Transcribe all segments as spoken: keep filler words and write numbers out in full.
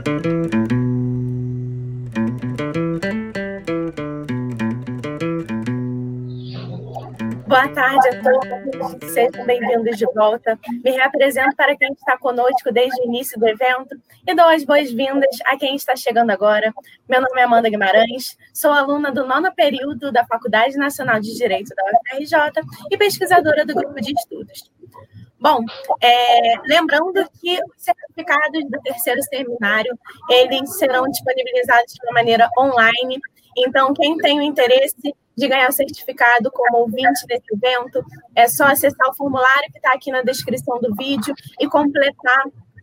Boa tarde a todos, sejam bem-vindos de volta. Me reapresento para quem está conosco desde o início do evento e dou as boas-vindas a quem está chegando agora. Meu nome é Amanda Guimarães, sou aluna do nono período da Faculdade Nacional de Direito da U F R J e pesquisadora do grupo de estudos. Bom, é, lembrando que os certificados do terceiro seminário, eles serão disponibilizados de uma maneira online, então quem tem o interesse de ganhar o certificado como ouvinte desse evento, é só acessar o formulário que está aqui na descrição do vídeo e completar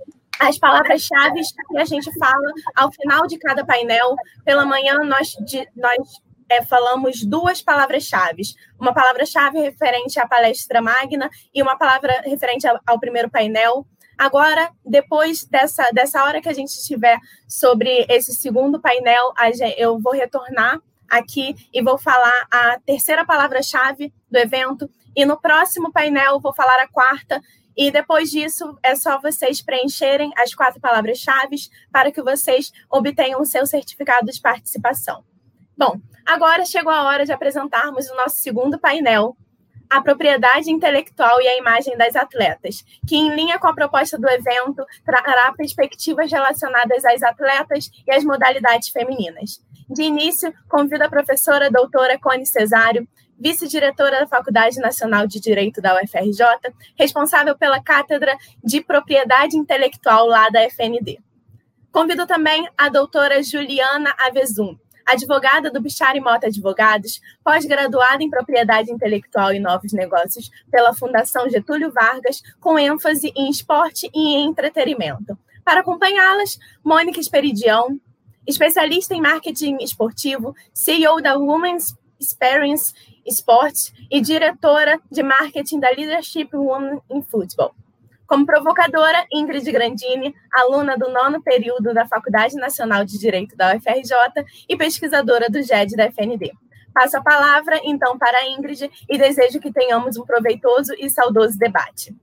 as palavras-chave que a gente fala ao final de cada painel. Pela manhã, nós, de, nós é, falamos duas palavras-chave. Uma palavra-chave referente à palestra magna e uma palavra referente ao, ao primeiro painel. Agora, depois dessa, dessa hora que a gente estiver sobre esse segundo painel, eu vou retornar aqui e vou falar a terceira palavra-chave do evento, e no próximo painel vou falar a quarta, e depois disso é só vocês preencherem as quatro palavras-chave para que vocês obtenham o seu certificado de participação. Bom, agora chegou a hora de apresentarmos o nosso segundo painel, a propriedade intelectual e a imagem das atletas, que, em linha com a proposta do evento, trará perspectivas relacionadas às atletas e às modalidades femininas. De início, convido a professora doutora Cone Cesário, vice-diretora da Faculdade Nacional de Direito da U F R J, responsável pela Cátedra de Propriedade Intelectual lá da F N D. Convido também a doutora Juliana Avezum, advogada do Bichara e Mota Advogados, pós-graduada em Propriedade Intelectual e Novos Negócios pela Fundação Getúlio Vargas, com ênfase em esporte e em entretenimento. Para acompanhá-las, Mônica Esperidião, especialista em marketing esportivo, C E O da Women's Experience Sports e diretora de marketing da Leadership Women in Football. Como provocadora, Ingrid Grandini, aluna do nono período da Faculdade Nacional de Direito da U F R J e pesquisadora do G E D da F N D. Passo a palavra, então, para a Ingrid e desejo que tenhamos um proveitoso e saudoso debate.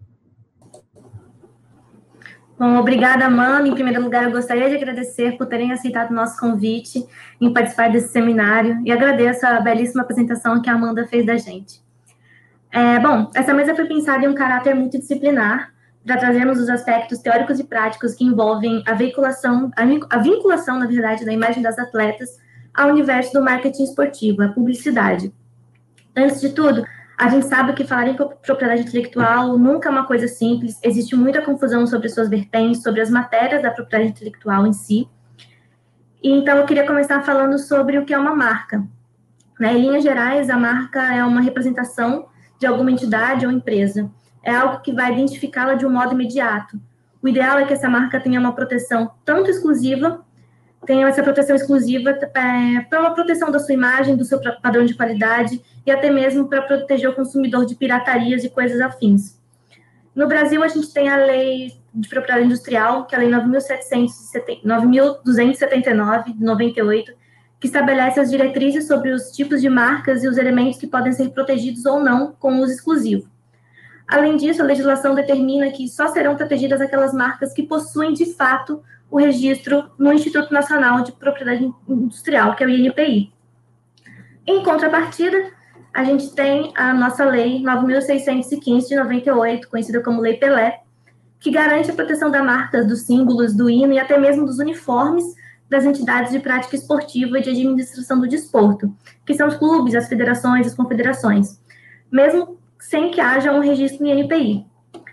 Bom, obrigada, Amanda. Em primeiro lugar, eu gostaria de agradecer por terem aceitado o nosso convite em participar desse seminário e agradeço a belíssima apresentação que a Amanda fez da gente. É, bom, essa mesa foi pensada em um caráter multidisciplinar para trazermos os aspectos teóricos e práticos que envolvem a veiculação, a vinculação, na verdade, da imagem das atletas ao universo do marketing esportivo, a publicidade. Antes de tudo, a gente sabe que falar em propriedade intelectual nunca é uma coisa simples, existe muita confusão sobre suas vertentes, sobre as matérias da propriedade intelectual em si. E, então, eu queria começar falando sobre o que é uma marca. Né? Em linhas gerais, a marca é uma representação de alguma entidade ou empresa. É algo que vai identificá-la de um modo imediato. O ideal é que essa marca tenha uma proteção tanto exclusiva, tenha essa proteção exclusiva é, para uma proteção da sua imagem, do seu padrão de qualidade e até mesmo para proteger o consumidor de piratarias e coisas afins. No Brasil, a gente tem a Lei de Propriedade Industrial, que é a Lei nove mil duzentos e setenta e nove, de noventa e oito, que estabelece as diretrizes sobre os tipos de marcas e os elementos que podem ser protegidos ou não com uso exclusivo. Além disso, a legislação determina que só serão protegidas aquelas marcas que possuem, de fato, o registro no Instituto Nacional de Propriedade Industrial, que é o I N P I. Em contrapartida, a gente tem a nossa Lei nove mil seiscentos e quinze, de noventa e oito, conhecida como Lei Pelé, que garante a proteção das marcas, dos símbolos, do hino e até mesmo dos uniformes das entidades de prática esportiva e de administração do desporto, que são os clubes, as federações, as confederações, mesmo sem que haja um registro no I N P I.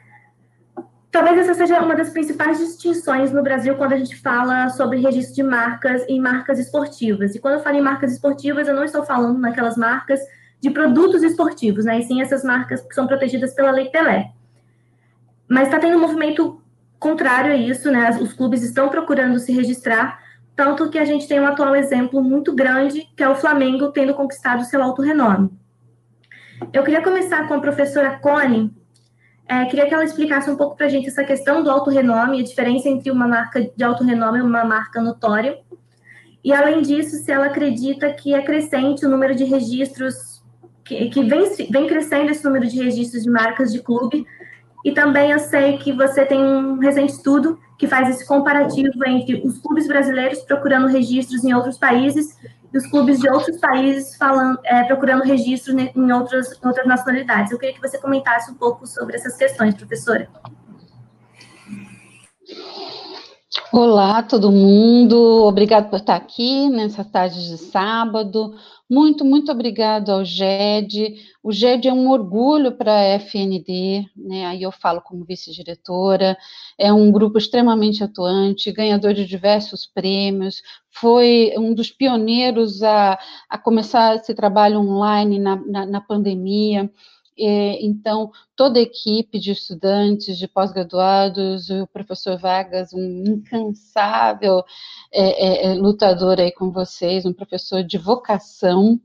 Talvez essa seja uma das principais distinções no Brasil quando a gente fala sobre registro de marcas e marcas esportivas. E quando eu falo em marcas esportivas, eu não estou falando naquelas marcas de produtos esportivos, né? E sim essas marcas que são protegidas pela Lei Pelé. Mas está tendo um movimento contrário a isso, né? Os clubes estão procurando se registrar, tanto que a gente tem um atual exemplo muito grande, que é o Flamengo tendo conquistado seu alto renome. Eu queria começar com a professora Cone. É, queria que ela explicasse um pouco para a gente essa questão do alto renome, a diferença entre uma marca de alto renome e uma marca notória. E, além disso, se ela acredita que é crescente o número de registros, que, que vem, vem crescendo esse número de registros de marcas de clube, E também eu sei que você tem um recente estudo que faz esse comparativo entre os clubes brasileiros procurando registros em outros países e os clubes de outros países falando, é, procurando registros em outras, em outras nacionalidades. Eu queria que você comentasse um pouco sobre essas questões, professora. Olá, todo mundo. Obrigado por estar aqui nessa tarde de sábado. Muito, muito obrigado ao G E D. O G E D é um orgulho para a F N D, né? Aí eu falo como vice-diretora. É um grupo extremamente atuante, ganhador de diversos prêmios. Foi um dos pioneiros a, a começar esse trabalho online na, na, na pandemia. Então, toda a equipe de estudantes, de pós-graduados, o professor Vargas, um incansável é, é, lutador aí com vocês, um professor de vocação.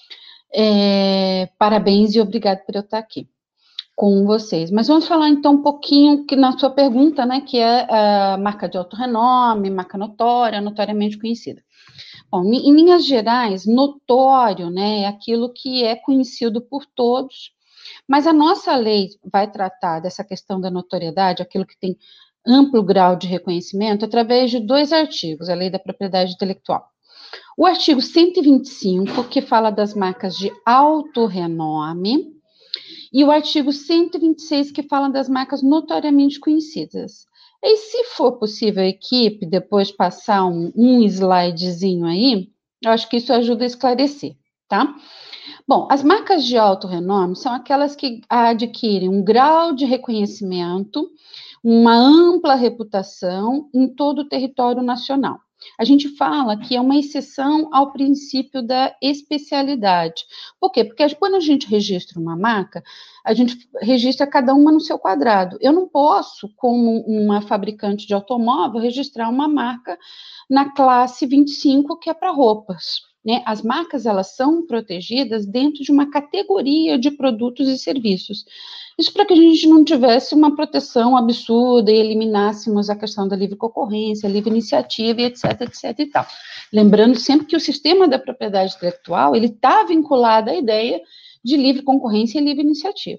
É, parabéns e obrigado por eu estar aqui com vocês. Mas vamos falar então um pouquinho que na sua pergunta, né, que é a marca de alto renome, marca notória, notoriamente conhecida. Bom, em linhas gerais, notório, né, é aquilo que é conhecido por todos. Mas a nossa lei vai tratar dessa questão da notoriedade, aquilo que tem amplo grau de reconhecimento, através de dois artigos, a Lei da Propriedade Intelectual. O artigo cento e vinte e cinco, que fala das marcas de alto renome, e o artigo cento e vinte e seis, que fala das marcas notoriamente conhecidas. E se for possível a equipe depois passar um, um slidezinho aí, eu acho que isso ajuda a esclarecer, tá? Bom, as marcas de alto renome são aquelas que adquirem um grau de reconhecimento, uma ampla reputação em todo o território nacional. A gente fala que é uma exceção ao princípio da especialidade. Por quê? Porque quando a gente registra uma marca, a gente registra cada uma no seu quadrado. Eu não posso, como uma fabricante de automóvel, registrar uma marca na classe vinte e cinco, que é para roupas. Né? As marcas, elas são protegidas dentro de uma categoria de produtos e serviços. Isso para que a gente não tivesse uma proteção absurda e eliminássemos a questão da livre concorrência, livre iniciativa, e etc, etc e tal. Lembrando sempre que o sistema da propriedade intelectual, ele está vinculado à ideia de livre concorrência e livre iniciativa.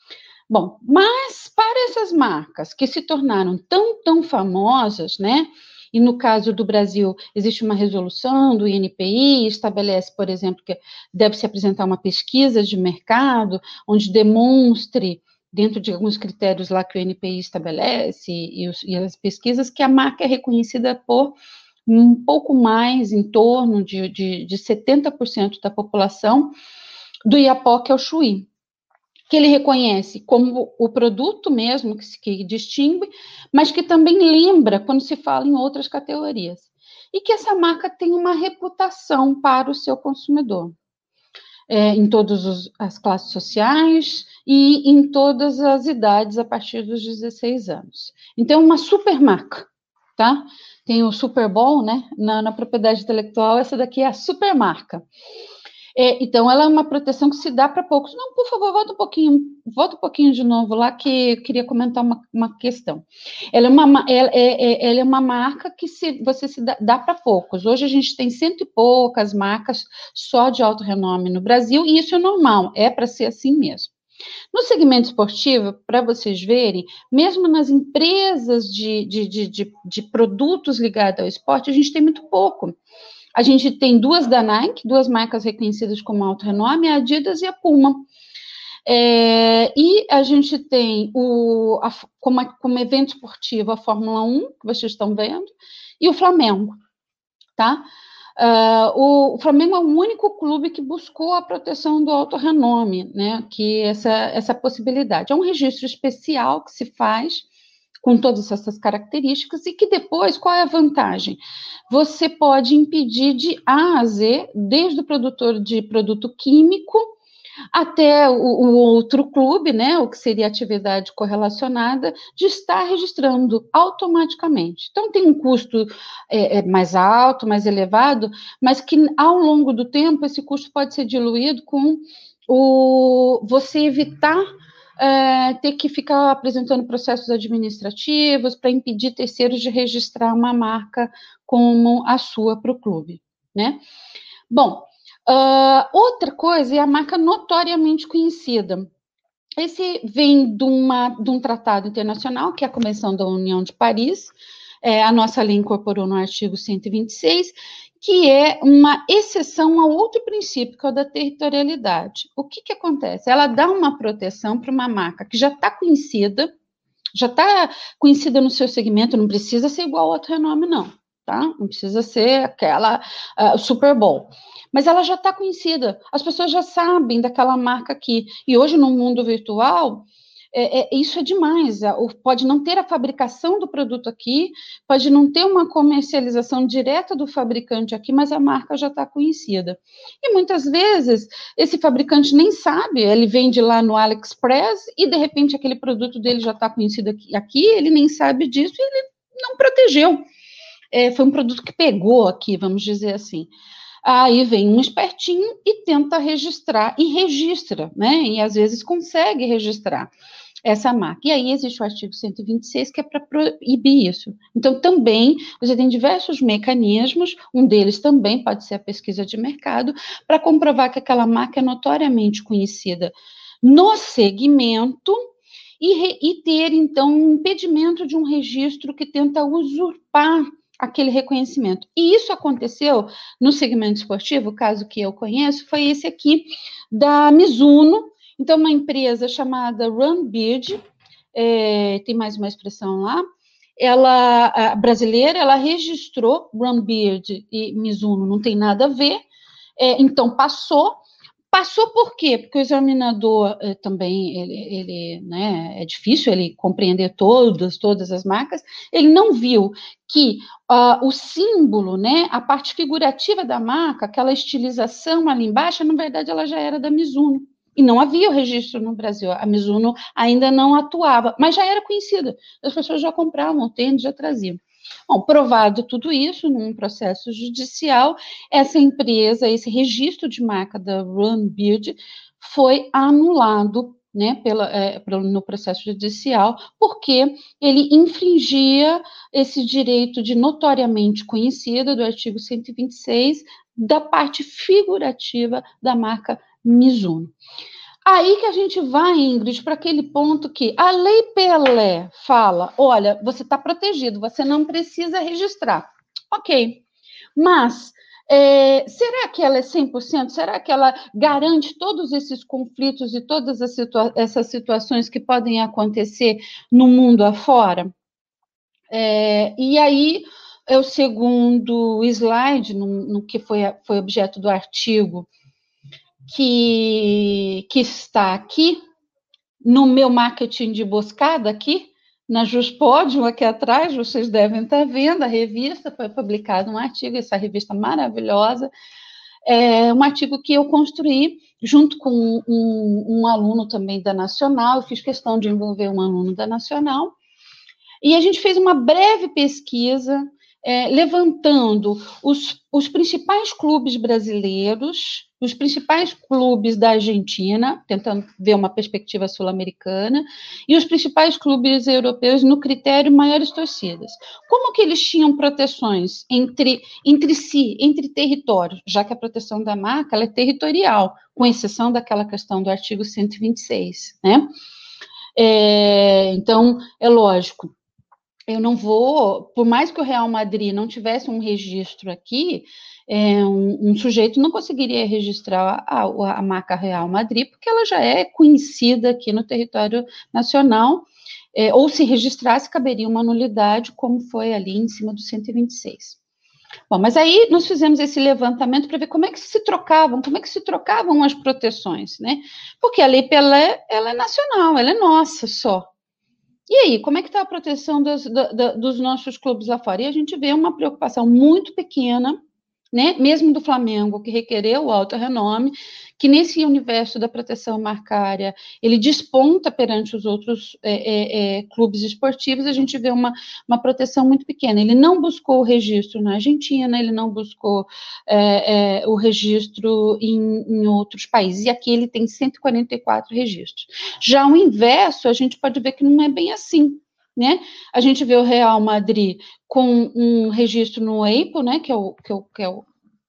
Bom, mas para essas marcas que se tornaram tão, tão famosas, né? E no caso do Brasil, existe uma resolução do I N P I, estabelece, por exemplo, que deve-se apresentar uma pesquisa de mercado, onde demonstre, dentro de alguns critérios lá que o I N P I estabelece, e, os, e as pesquisas, que a marca é reconhecida por um pouco mais, em torno de, de, de setenta por cento da população do Iapoque ao Chuí, que ele reconhece como o produto mesmo que se que distingue, mas que também lembra quando se fala em outras categorias. E que essa marca tem uma reputação para o seu consumidor, é, em todas os, as classes sociais e em todas as idades a partir dos dezesseis anos. Então, uma super marca, tá? Tem o Super Bowl, né? Na, na propriedade intelectual, essa daqui é a super marca. É, então, ela é uma proteção que se dá para poucos. Não, por favor, volta um pouquinho, volta um pouquinho de novo lá, que eu queria comentar uma, uma questão. Ela é uma, ela é, ela é uma marca que se, você se dá, dá para poucos. Hoje a gente tem cento e poucas marcas só de alto renome no Brasil, e isso é normal, é para ser assim mesmo. No segmento esportivo, para vocês verem, mesmo nas empresas de, de, de, de, de produtos ligados ao esporte, a gente tem muito pouco. A gente tem duas da Nike, duas marcas reconhecidas como alto renome, a Adidas e a Puma. É, e a gente tem o, a, como, como evento esportivo a Fórmula um, que vocês estão vendo, e o Flamengo, tá? Uh, o, o Flamengo é o único clube que buscou a proteção do alto renome, né? Que essa, essa possibilidade. É um registro especial que se faz com todas essas características, e que depois, qual é a vantagem? Você pode impedir de A a Z, desde o produtor de produto químico até o, o outro clube, né, o que seria atividade correlacionada, de estar registrando automaticamente. Então, tem um custo é, é mais alto, mais elevado, mas que ao longo do tempo esse custo pode ser diluído com o, você evitar É, ter que ficar apresentando processos administrativos para impedir terceiros de registrar uma marca como a sua para o clube, né? Bom, uh, outra coisa é a marca notoriamente conhecida. Esse vem de, uma, de um tratado internacional, que é a Convenção da União de Paris, é, a nossa lei incorporou no artigo cento e vinte e seis, que é uma exceção a outro princípio, que é o da territorialidade. O que, que acontece? Ela dá uma proteção para uma marca que já está conhecida, já está conhecida no seu segmento, não precisa ser igual ao outro renome, não, tá? Não precisa ser aquela uh, Super Bowl. Mas ela já está conhecida, as pessoas já sabem daquela marca aqui. E hoje, no mundo virtual, é, é, isso é demais. Pode não ter a fabricação do produto aqui, pode não ter uma comercialização direta do fabricante aqui, mas a marca já está conhecida. E muitas vezes, esse fabricante nem sabe, ele vende lá no AliExpress e, de repente, aquele produto dele já está conhecido aqui, aqui, ele nem sabe disso e ele não protegeu. É, foi um produto que pegou aqui, vamos dizer assim. Aí vem um espertinho e tenta registrar, e registra, né? E às vezes consegue registrar essa marca. E aí existe o artigo cento e vinte e seis, que é para proibir isso. Então, também, você tem diversos mecanismos, um deles também pode ser a pesquisa de mercado, para comprovar que aquela marca é notoriamente conhecida no segmento e, re, e ter, então, um impedimento de um registro que tenta usurpar aquele reconhecimento. E isso aconteceu no segmento esportivo, o caso que eu conheço foi esse aqui, da Mizuno. Então, uma empresa chamada Runbeard, é, tem mais uma expressão lá, ela, a brasileira, ela registrou Runbeard e Mizuno, não tem nada a ver, é, então passou. Passou por quê? Porque o examinador eh, também, ele, ele, né, é difícil ele compreender todas, todas as marcas, ele não viu que uh, o símbolo, né, a parte figurativa da marca, aquela estilização ali embaixo, na verdade ela já era da Mizuno, e não havia o registro no Brasil, a Mizuno ainda não atuava, mas já era conhecida, as pessoas já compravam o tênis, já traziam. Bom, provado tudo isso num processo judicial, essa empresa, esse registro de marca da Runbeard foi anulado, né, pela, é, no processo judicial, porque ele infringia esse direito de notoriamente conhecida do artigo cento e vinte e seis da parte figurativa da marca Mizuno. Aí que a gente vai, Ingrid, para aquele ponto que a Lei Pelé fala, olha, você está protegido, você não precisa registrar. Ok, mas é, será que ela é cem por cento? Será que ela garante todos esses conflitos e todas as situa- essas situações que podem acontecer no mundo afora? É, e aí, é o segundo slide, no, no que foi, foi objeto do artigo, Que, que está aqui, no meu marketing de buscada aqui, na JusPodium, aqui atrás, vocês devem estar vendo a revista, foi publicado um artigo, essa revista maravilhosa, é um artigo que eu construí junto com um, um aluno também da Nacional, eu fiz questão de envolver um aluno da Nacional, e a gente fez uma breve pesquisa, é, levantando os, os principais clubes brasileiros, os principais clubes da Argentina, tentando ver uma perspectiva sul-americana, e os principais clubes europeus no critério maiores torcidas. Como que eles tinham proteções entre, entre si, entre territórios, já que a proteção da marca ela é territorial, com exceção daquela questão do artigo cento e vinte e seis, né? É, então, é lógico, eu não vou, por mais que o Real Madrid não tivesse um registro aqui, é, um, um sujeito não conseguiria registrar a, a marca Real Madrid, porque ela já é conhecida aqui no território nacional, é, ou se registrasse, caberia uma nulidade, como foi ali em cima do cento e vinte e seis. Bom, mas aí nós fizemos esse levantamento para ver como é que se trocavam, como é que se trocavam as proteções, né? Porque a Lei Pelé, ela é nacional, ela é nossa só. E aí, como é que está a proteção dos, do, dos nossos clubes lá fora? E a gente vê uma preocupação muito pequena, né, mesmo do Flamengo, que requereu o alto renome, que nesse universo da proteção marcária, ele desponta perante os outros é, é, é, clubes esportivos, a gente vê uma, uma proteção muito pequena. Ele não buscou o registro na Argentina, ele não buscou é, é, o registro em, em outros países, e aqui ele tem cento e quarenta e quatro registros. Já o inverso, a gente pode ver que não é bem assim, né? A gente vê o Real Madrid com um registro no E I P O, né, que é o, que é o, que é o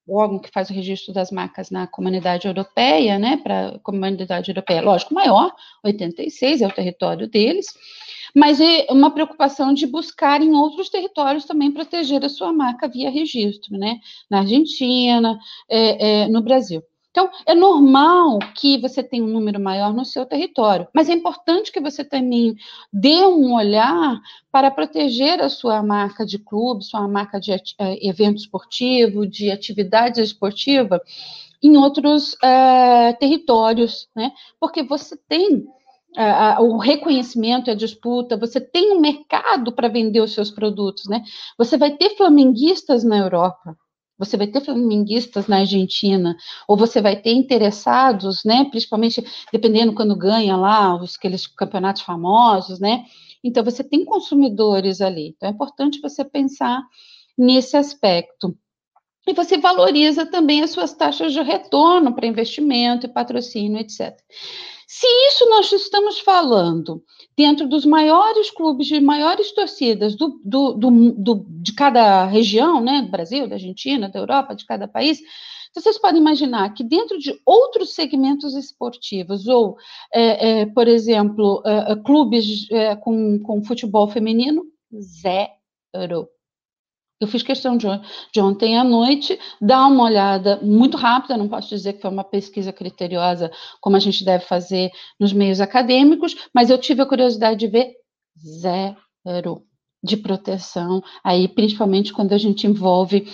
órgão que faz o registro das marcas na comunidade europeia, né, para a comunidade europeia, lógico, maior, oitenta e seis é o território deles, mas é uma preocupação de buscar em outros territórios também proteger a sua marca via registro, né, na Argentina, é, é, no Brasil. Então, é normal que você tenha um número maior no seu território, mas é importante que você também dê um olhar para proteger a sua marca de clube, sua marca de evento esportivo, de atividade esportiva, em outros uh, territórios, né? Porque você tem uh, o reconhecimento e a disputa, você tem um mercado para vender os seus produtos, né? Você vai ter flamenguistas na Europa, você vai ter flamenguistas na Argentina, ou você vai ter interessados, né, principalmente dependendo quando ganha lá os, aqueles campeonatos famosos, né, então você tem consumidores ali, então é importante você pensar nesse aspecto. E você valoriza também as suas taxas de retorno para investimento e patrocínio, etcétera. Se isso nós estamos falando dentro dos maiores clubes, de maiores torcidas do, do, do, do, de cada região, né, do Brasil, da Argentina, da Europa, de cada país, vocês podem imaginar que dentro de outros segmentos esportivos, ou, é, é, por exemplo, é, clubes é, com, com futebol feminino, zero. Eu fiz questão de, de ontem à noite dar uma olhada muito rápida, não posso dizer que foi uma pesquisa criteriosa como a gente deve fazer nos meios acadêmicos, mas eu tive a curiosidade de ver zero de proteção, aí principalmente quando a gente envolve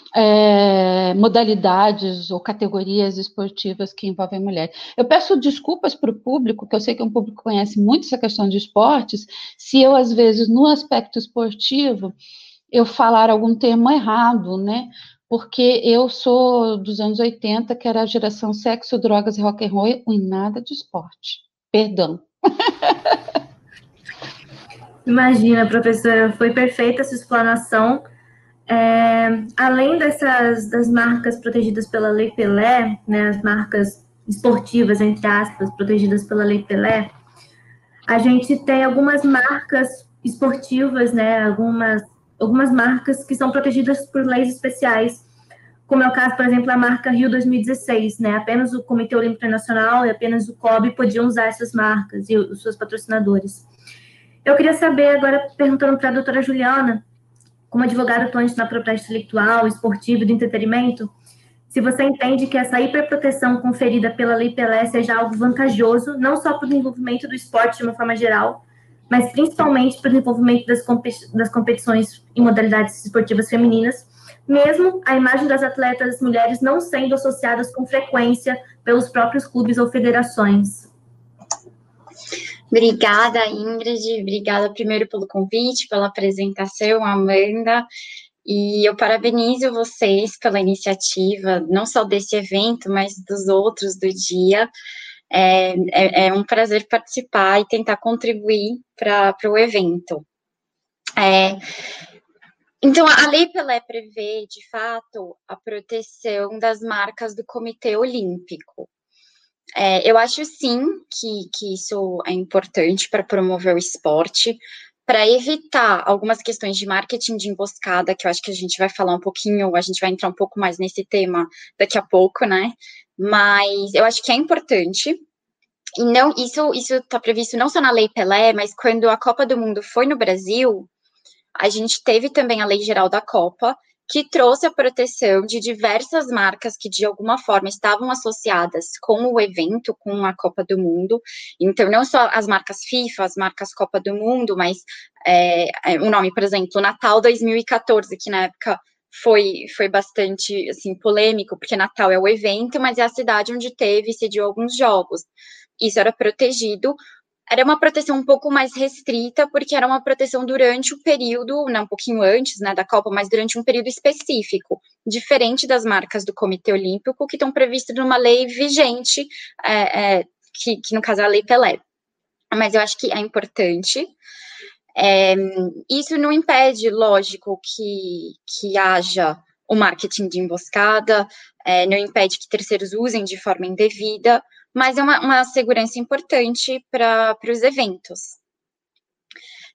é, modalidades ou categorias esportivas que envolvem mulheres. Eu peço desculpas para o público, que eu sei que é um público que conhece muito essa questão de esportes, se eu, às vezes, no aspecto esportivo, eu falar algum termo errado, né? Porque eu sou dos anos oitenta, que era a geração sexo, drogas e rock and roll, e nada de esporte. Perdão. Imagina, professora, foi perfeita essa explanação. É, além dessas das marcas protegidas pela Lei Pelé, né, as marcas esportivas, entre aspas, protegidas pela Lei Pelé, a gente tem algumas marcas esportivas, né, algumas algumas marcas que são protegidas por leis especiais, como é o caso, por exemplo, a marca Rio dois mil e dezesseis, né? Apenas o Comitê Olímpico Internacional e apenas o C O B podiam usar essas marcas e os seus patrocinadores. Eu queria saber agora, perguntando para a doutora Juliana, como advogada atuante na propriedade intelectual, esportiva e do entretenimento, se você entende que essa hiperproteção conferida pela Lei Pelé seja algo vantajoso, não só para o desenvolvimento do esporte de uma forma geral, mas principalmente para o desenvolvimento das, competi- das competições em modalidades esportivas femininas, mesmo a imagem das atletas mulheres não sendo associadas com frequência pelos próprios clubes ou federações. Obrigada, Ingrid. Obrigada primeiro pelo convite, pela apresentação, Amanda. E eu parabenizo vocês pela iniciativa, não só desse evento, mas dos outros do dia. É, é, é um prazer participar e tentar contribuir para o evento. É, então, a Lei Pelé prevê, de fato, a proteção das marcas do Comitê Olímpico. É, eu acho, sim, que, que isso é importante para promover o esporte, para evitar algumas questões de marketing de emboscada, que eu acho que a gente vai falar um pouquinho, a gente vai entrar um pouco mais nesse tema daqui a pouco, né? Mas eu acho que é importante. E não, isso isso está previsto não só na Lei Pelé, mas quando a Copa do Mundo foi no Brasil, a gente teve também a Lei Geral da Copa, que trouxe a proteção de diversas marcas que, de alguma forma, estavam associadas com o evento, com a Copa do Mundo. Então, não só as marcas FIFA, as marcas Copa do Mundo, mas é, é, um nome, por exemplo, Natal dois mil e quatorze, que na época foi, foi bastante, assim, polêmico, porque Natal é o evento, mas é a cidade onde teve e cediu alguns jogos. Isso era protegido. Era uma proteção um pouco mais restrita, porque era uma proteção durante o período, não, um pouquinho antes, né, da Copa, mas durante um período específico, diferente das marcas do Comitê Olímpico, que estão previstas numa lei vigente, é, é, que, que no caso é a Lei Pelé. Mas eu acho que é importante. É, isso não impede, lógico, que, que haja o marketing de emboscada, é, não impede que terceiros usem de forma indevida, mas é uma, uma segurança importante para os eventos.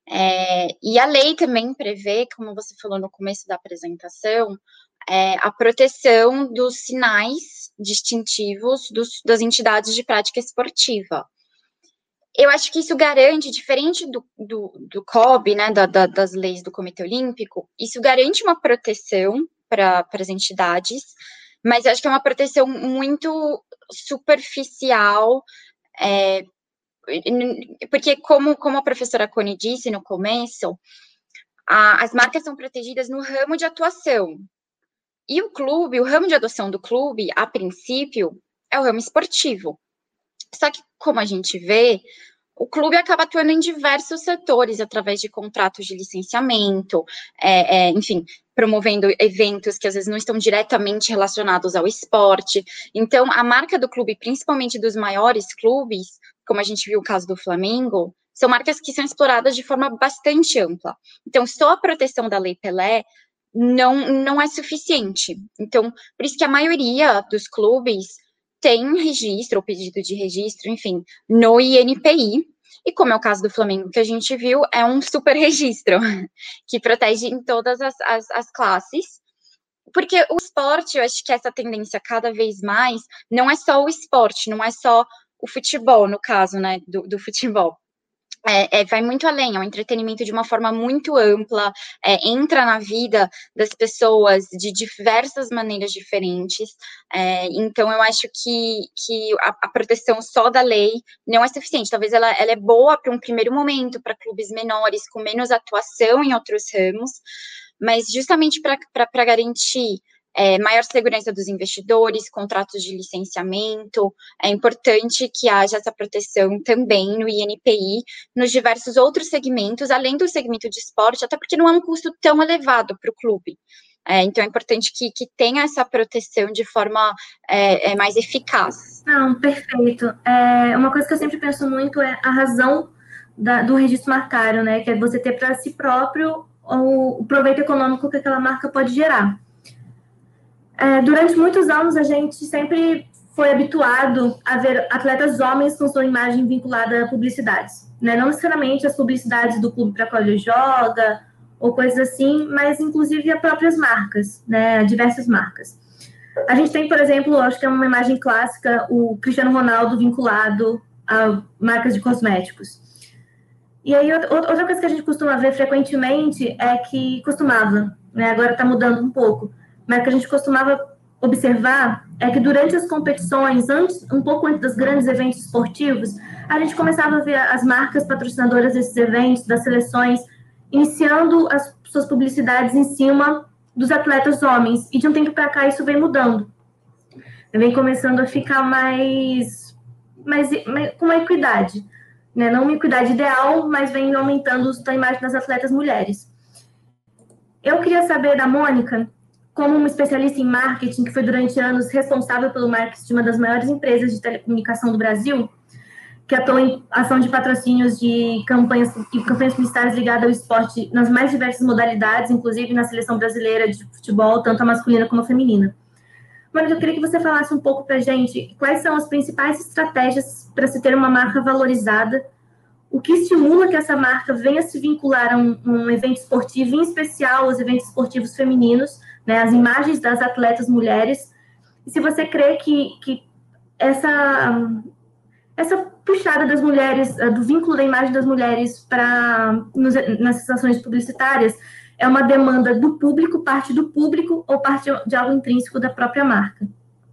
É, e a lei também prevê, como você falou no começo da apresentação, é, a proteção dos sinais distintivos dos, das entidades de prática esportiva. Eu acho que isso garante, diferente do, do, do C O B, né, da, da, das leis do Comitê Olímpico, isso garante uma proteção para as entidades, mas eu acho que é uma proteção muito superficial, é, porque como, como a professora Cone disse no começo, a, as marcas são protegidas no ramo de atuação, e o clube, o ramo de adoção do clube, a princípio, é o ramo esportivo. Só que, como a gente vê, o clube acaba atuando em diversos setores, através de contratos de licenciamento, é, é, enfim, promovendo eventos que às vezes não estão diretamente relacionados ao esporte. Então, a marca do clube, principalmente dos maiores clubes, como a gente viu o caso do Flamengo, são marcas que são exploradas de forma bastante ampla. Então, só a proteção da Lei Pelé não, não é suficiente. Então, por isso que a maioria dos clubes tem registro, ou pedido de registro, enfim, no I N P I, e como é o caso do Flamengo que a gente viu, é um super registro, que protege em todas as, as, as classes, porque o esporte, eu acho que essa tendência cada vez mais, não é só o esporte, não é só o futebol, no caso, né, do, do futebol. É, é, vai muito além, é um entretenimento de uma forma muito ampla, é, entra na vida das pessoas de diversas maneiras diferentes, é, então eu acho que, que a, a proteção só da lei não é suficiente, talvez ela, ela é boa para um primeiro momento, para clubes menores, com menos atuação em outros ramos, mas justamente para garantir É, maior segurança dos investidores, contratos de licenciamento, é importante que haja essa proteção também no I N P I, nos diversos outros segmentos, além do segmento de esporte, até porque não é um custo tão elevado para o clube. É, então, é importante que, que tenha essa proteção de forma é, é, mais eficaz. Não, perfeito. É, uma coisa que eu sempre penso muito é a razão da, do registro marcário, né? Que é você ter para si próprio o, o proveito econômico que aquela marca pode gerar. É, durante muitos anos, a gente sempre foi habituado a ver atletas homens com sua imagem vinculada a publicidades, né? Não necessariamente as publicidades do clube para qual ele joga, ou coisas assim, mas inclusive as próprias marcas, né? Diversas marcas. A gente tem, por exemplo, acho que é uma imagem clássica, o Cristiano Ronaldo vinculado a marcas de cosméticos. E aí, outra coisa que a gente costuma ver frequentemente é que costumava, né? Agora está mudando um pouco, mas que a gente costumava observar é que durante as competições, antes, um pouco antes dos grandes eventos esportivos, a gente começava a ver as marcas patrocinadoras desses eventos, das seleções, iniciando as suas publicidades em cima dos atletas homens. E de um tempo para cá isso vem mudando. Vem começando a ficar mais, mais, mais com uma equidade. Né? Não uma equidade ideal, mas vem aumentando a imagem das atletas mulheres. Eu queria saber da Mônica, como uma especialista em marketing, que foi durante anos responsável pelo marketing de uma das maiores empresas de telecomunicação do Brasil, que atua em ação de patrocínios de campanhas e campanhas publicitárias ligadas ao esporte nas mais diversas modalidades, inclusive na seleção brasileira de futebol, tanto a masculina como a feminina. Mônica, eu queria que você falasse um pouco para a gente quais são as principais estratégias para se ter uma marca valorizada, o que estimula que essa marca venha se vincular a um, um evento esportivo, em especial os eventos esportivos femininos, né, as imagens das atletas mulheres, e se você crê que, que essa, essa puxada das mulheres, do vínculo da imagem das mulheres para nas ações publicitárias, é uma demanda do público, parte do público, ou parte de algo intrínseco da própria marca?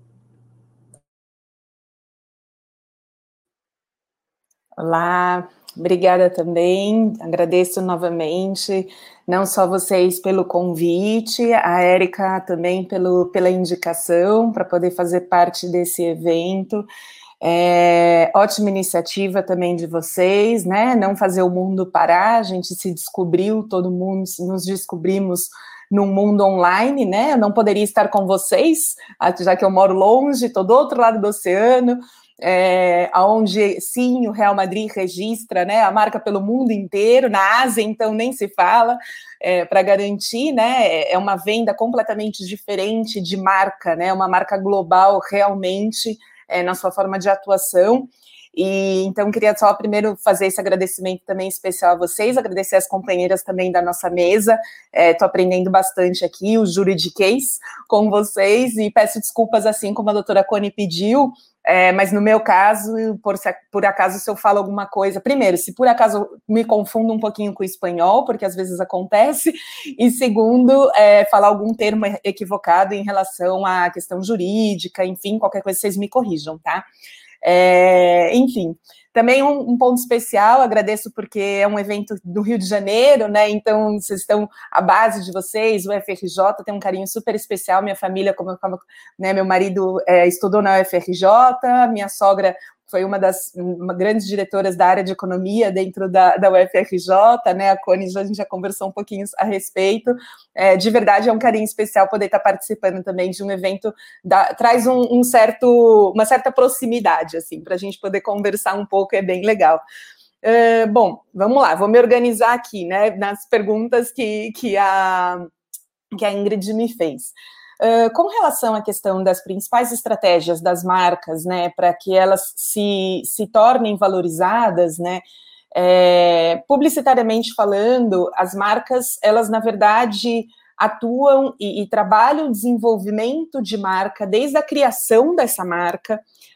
Olá, obrigada também, agradeço novamente, não só vocês pelo convite, a Érica também pelo, pela indicação para poder fazer parte desse evento. É, ótima iniciativa também de vocês, né? Não fazer o mundo parar, a gente se descobriu, todo mundo nos descobrimos num mundo online, né? Eu não poderia estar com vocês, já que eu moro longe, estou do outro lado do oceano, é, onde sim, o Real Madrid registra, né, a marca pelo mundo inteiro, na Ásia então nem se fala, é, para garantir, né, é uma venda completamente diferente de marca, né, uma marca global realmente, é, na sua forma de atuação. E então queria só primeiro fazer esse agradecimento também especial a vocês, agradecer as companheiras também da nossa mesa, estou é, aprendendo bastante aqui, o juridiquês com vocês, e peço desculpas assim como a doutora Cone pediu, É, mas no meu caso, por, se, por acaso, se eu falo alguma coisa, primeiro, se por acaso me confundo um pouquinho com o espanhol, porque às vezes acontece, e segundo, é, falar algum termo equivocado em relação à questão jurídica, enfim, qualquer coisa vocês me corrijam, tá? É, enfim, também um, um ponto especial, agradeço porque é um evento do Rio de Janeiro, né, então vocês estão, a base de vocês, o U F R J tem um carinho super especial, minha família, como eu falo, né, meu marido é, estudou na U F R J, minha sogra foi uma das uma grandes diretoras da área de economia dentro da, da U F R J, né, a Cone, a gente já conversou um pouquinho a respeito, é, de verdade é um carinho especial poder estar participando também de um evento, da, traz um, um certo, uma certa proximidade, assim, para a gente poder conversar um pouco, é bem legal. Uh, bom, vamos lá, vou me organizar aqui, né, nas perguntas que, que, a, que a Ingrid me fez. Uh, com relação à questão das principais estratégias das marcas, né, para que elas se, se tornem valorizadas, né, é, publicitariamente falando, as marcas, elas, na verdade, atuam e, e trabalham o desenvolvimento de marca, desde a criação dessa marca,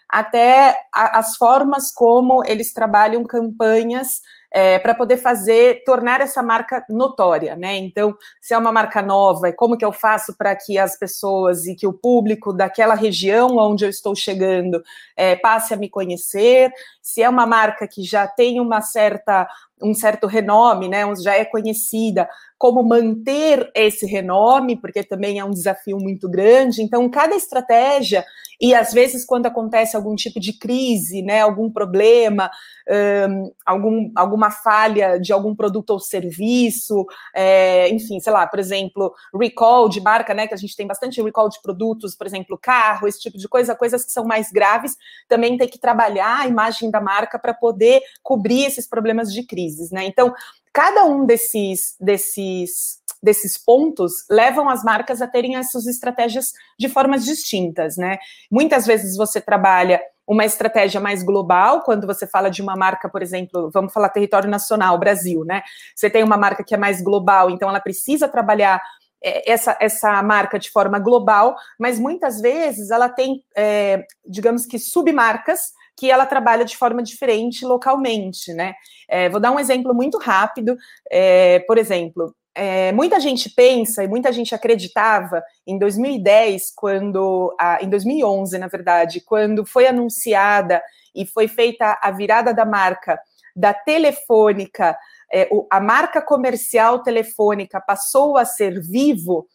até a, as formas como eles trabalham campanhas É, para poder fazer, tornar essa marca notória, né? Então, se é uma marca nova, como que eu faço para que as pessoas e que o público daquela região onde eu estou chegando é, passe a me conhecer? Se é uma marca que já tem uma certa, um certo renome, né? Já é conhecida, como manter esse renome, porque também é um desafio muito grande. Então, cada estratégia, e às vezes quando acontece algum tipo de crise, né? Algum problema, um, algum, alguma falha de algum produto ou serviço, é, enfim, sei lá, por exemplo, recall de marca, né, que a gente tem bastante recall de produtos, por exemplo, carro, esse tipo de coisa, coisas que são mais graves, também tem que trabalhar a imagem da marca para poder cobrir esses problemas de crises, né, então, cada um desses, desses, desses pontos levam as marcas a terem essas estratégias de formas distintas, né, muitas vezes você trabalha uma estratégia mais global, quando você fala de uma marca, por exemplo, vamos falar território nacional, Brasil, né? Você tem uma marca que é mais global, então ela precisa trabalhar é, essa, essa marca de forma global, mas muitas vezes ela tem, é, digamos que, submarcas que ela trabalha de forma diferente localmente, né? É, vou dar um exemplo muito rápido, é, por exemplo, É, muita gente pensa e muita gente acreditava em dois mil e dez, quando, a, em dois mil e onze, na verdade, quando foi anunciada e foi feita a virada da marca da Telefônica, é, o, a marca comercial Telefônica passou a ser Vivo,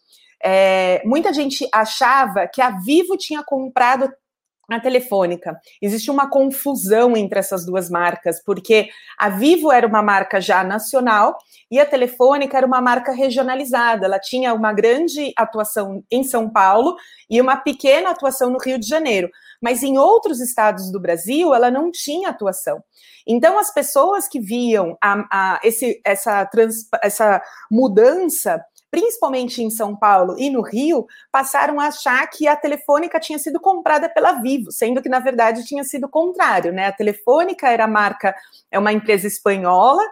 é, muita gente achava que a Vivo tinha comprado a Telefônica. Existe uma confusão entre essas duas marcas, porque a Vivo era uma marca já nacional e a Telefônica era uma marca regionalizada. Ela tinha uma grande atuação em São Paulo e uma pequena atuação no Rio de Janeiro, mas em outros estados do Brasil ela não tinha atuação. Então as pessoas que viam a, a, esse, essa, trans, essa mudança, principalmente em São Paulo e no Rio, passaram a achar que a Telefônica tinha sido comprada pela Vivo, sendo que, na verdade, tinha sido o contrário, né? A Telefônica era a marca, é uma empresa espanhola,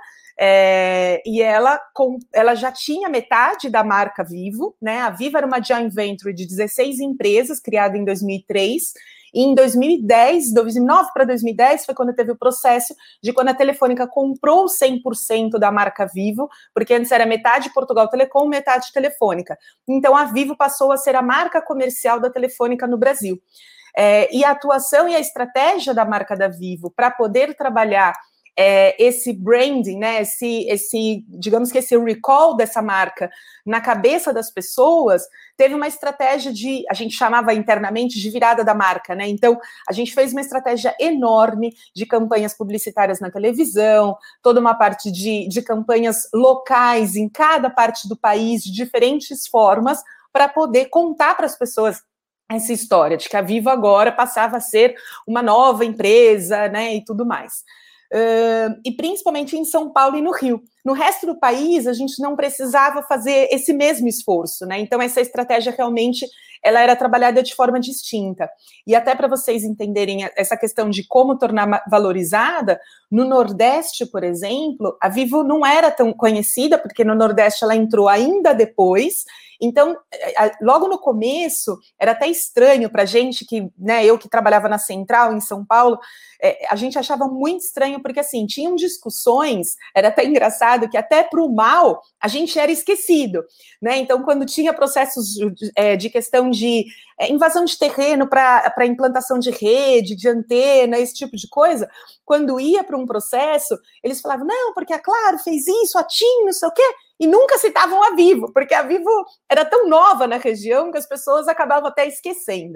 é, e ela, com, ela já tinha metade da marca Vivo, né? A Vivo era uma joint venture de dezesseis empresas, criada em dois mil e três, e em dois mil e dez, dois mil e nove para dois mil e dez, foi quando teve o processo de quando a Telefônica comprou cem por cento da marca Vivo, porque antes era metade Portugal Telecom, metade Telefônica. Então, a Vivo passou a ser a marca comercial da Telefônica no Brasil. É, e a atuação e a estratégia da marca da Vivo para poder trabalhar É, esse branding, né, esse, esse, digamos que esse recall dessa marca na cabeça das pessoas, teve uma estratégia de, a gente chamava internamente de virada da marca, né, então a gente fez uma estratégia enorme de campanhas publicitárias na televisão, toda uma parte de, de campanhas locais em cada parte do país, de diferentes formas, para poder contar para as pessoas essa história de que a Vivo agora passava a ser uma nova empresa, né, e tudo mais. uh, e principalmente em São Paulo e no Rio. No resto do país, a gente não precisava fazer esse mesmo esforço, né? Então, essa estratégia realmente ela era trabalhada de forma distinta. E até para vocês entenderem essa questão de como tornar valorizada, no Nordeste, por exemplo, a Vivo não era tão conhecida, porque no Nordeste ela entrou ainda depois. Então, logo no começo, era até estranho para a gente, que, né, eu que trabalhava na Central, em São Paulo, é, a gente achava muito estranho, porque, assim, tinham discussões, era até engraçado, que até para o mal, a gente era esquecido, né? Então, quando tinha processos é, de questão de é, invasão de terreno para implantação de rede, de antena, esse tipo de coisa, quando ia para um processo, eles falavam, não, porque a Claro fez isso, a TIM, não sei o quê, e nunca citavam a Vivo, porque a Vivo era tão nova na região que as pessoas acabavam até esquecendo.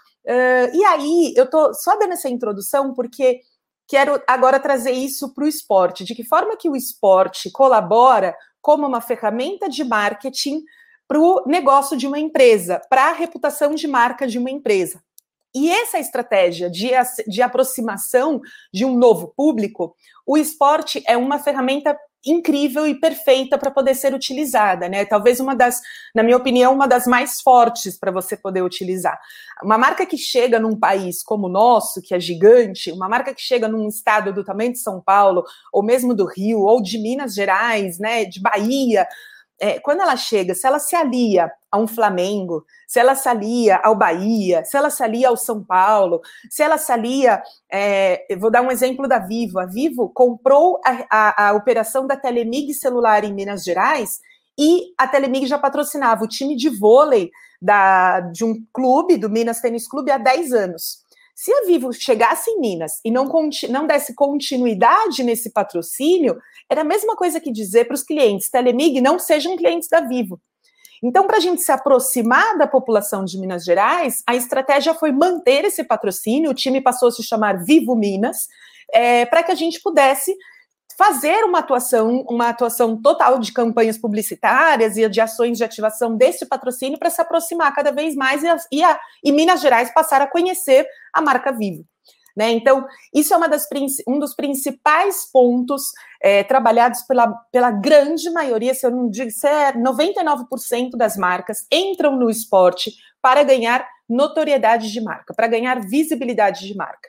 Uh, e aí, eu estou só dando essa introdução porque quero agora trazer isso para o esporte. De que forma que o esporte colabora como uma ferramenta de marketing para o negócio de uma empresa, para a reputação de marca de uma empresa. E essa estratégia de, de aproximação de um novo público, o esporte é uma ferramenta incrível e perfeita para poder ser utilizada, né? Talvez uma das, na minha opinião, uma das mais fortes para você poder utilizar. Uma marca que chega num país como o nosso, que é gigante, uma marca que chega num estado do tamanho de São Paulo, ou mesmo do Rio, ou de Minas Gerais, né, de Bahia, é, quando ela chega, se ela se alia a um Flamengo, se ela se alia ao Bahia, se ela se alia ao São Paulo, se ela se alia, é, eu vou dar um exemplo da Vivo, a Vivo comprou a, a, a operação da Telemig celular em Minas Gerais e a Telemig já patrocinava o time de vôlei da, de um clube, do Minas Tênis Clube, há dez anos. Se a Vivo chegasse em Minas e não, não desse continuidade nesse patrocínio, era a mesma coisa que dizer para os clientes, Telemig, não sejam clientes da Vivo. Então, para a gente se aproximar da população de Minas Gerais, a estratégia foi manter esse patrocínio, o time passou a se chamar Vivo Minas, é, para que a gente pudesse fazer uma atuação, uma atuação total de campanhas publicitárias e de ações de ativação desse patrocínio para se aproximar cada vez mais e, a, e, a, e Minas Gerais passar a conhecer a marca Vivo. Né? Então, isso é uma das, um dos principais pontos é, trabalhados pela, pela grande maioria, se eu não digo, se é noventa e nove por cento das marcas entram no esporte para ganhar notoriedade de marca, para ganhar visibilidade de marca.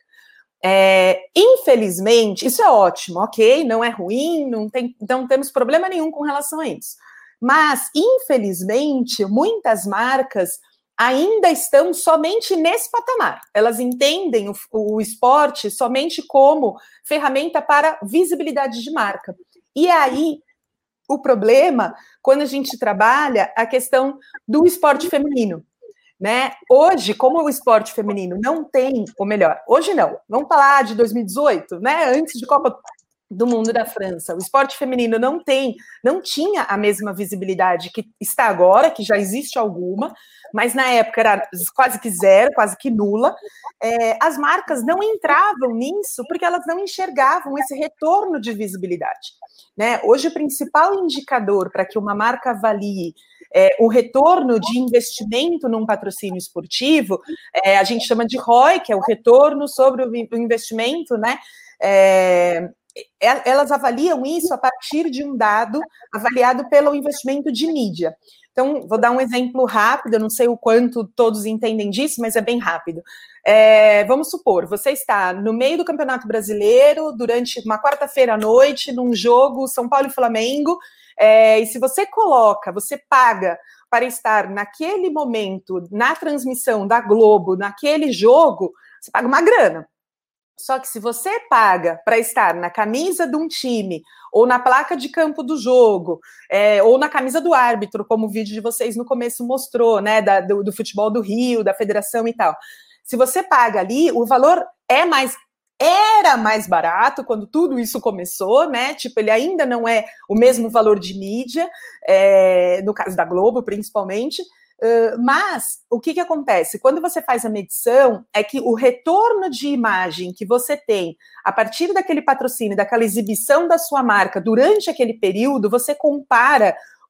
É, infelizmente, isso é ótimo, ok, não é ruim, não, tem, não temos problema nenhum com relação a isso. Mas, infelizmente, muitas marcas ainda estão somente nesse patamar. Elas entendem o, o esporte somente como ferramenta para visibilidade de marca. E aí, o problema, quando a gente trabalha a questão do esporte feminino. Né? Hoje, como o esporte feminino não tem, ou melhor, hoje não, vamos falar de dois mil e dezoito, né? Antes de Copa do Mundo da França, o esporte feminino não tem, não tinha a mesma visibilidade que está agora, que já existe alguma, mas na época era quase que zero, quase que nula. É, as marcas não entravam nisso porque elas não enxergavam esse retorno de visibilidade. Né? Hoje, o principal indicador para que uma marca avalie É, o retorno de investimento num patrocínio esportivo, é, a gente chama de R O I, que é o retorno sobre o investimento, né? É, elas avaliam isso a partir de um dado avaliado pelo investimento de mídia. Então, vou dar um exemplo rápido, eu não sei o quanto todos entendem disso, mas é bem rápido. É, vamos supor, você está no meio do Campeonato Brasileiro, durante uma quarta-feira à noite, num jogo São Paulo e Flamengo, é, e se você coloca, você paga para estar naquele momento, na transmissão da Globo, naquele jogo, você paga uma grana. Só que se você paga para estar na camisa de um time, ou na placa de campo do jogo, é, ou na camisa do árbitro, como o vídeo de vocês no começo mostrou, né, da, do, do futebol do Rio, da federação e tal. Se você paga ali, o valor é mais, era mais barato quando tudo isso começou, né? Tipo, ele ainda não é o mesmo valor de mídia, é, no caso da Globo, principalmente. Uh, mas o que, que acontece? Quando você faz a medição, é que o retorno de imagem que você tem a partir daquele patrocínio, daquela exibição da sua marca durante aquele período, você compara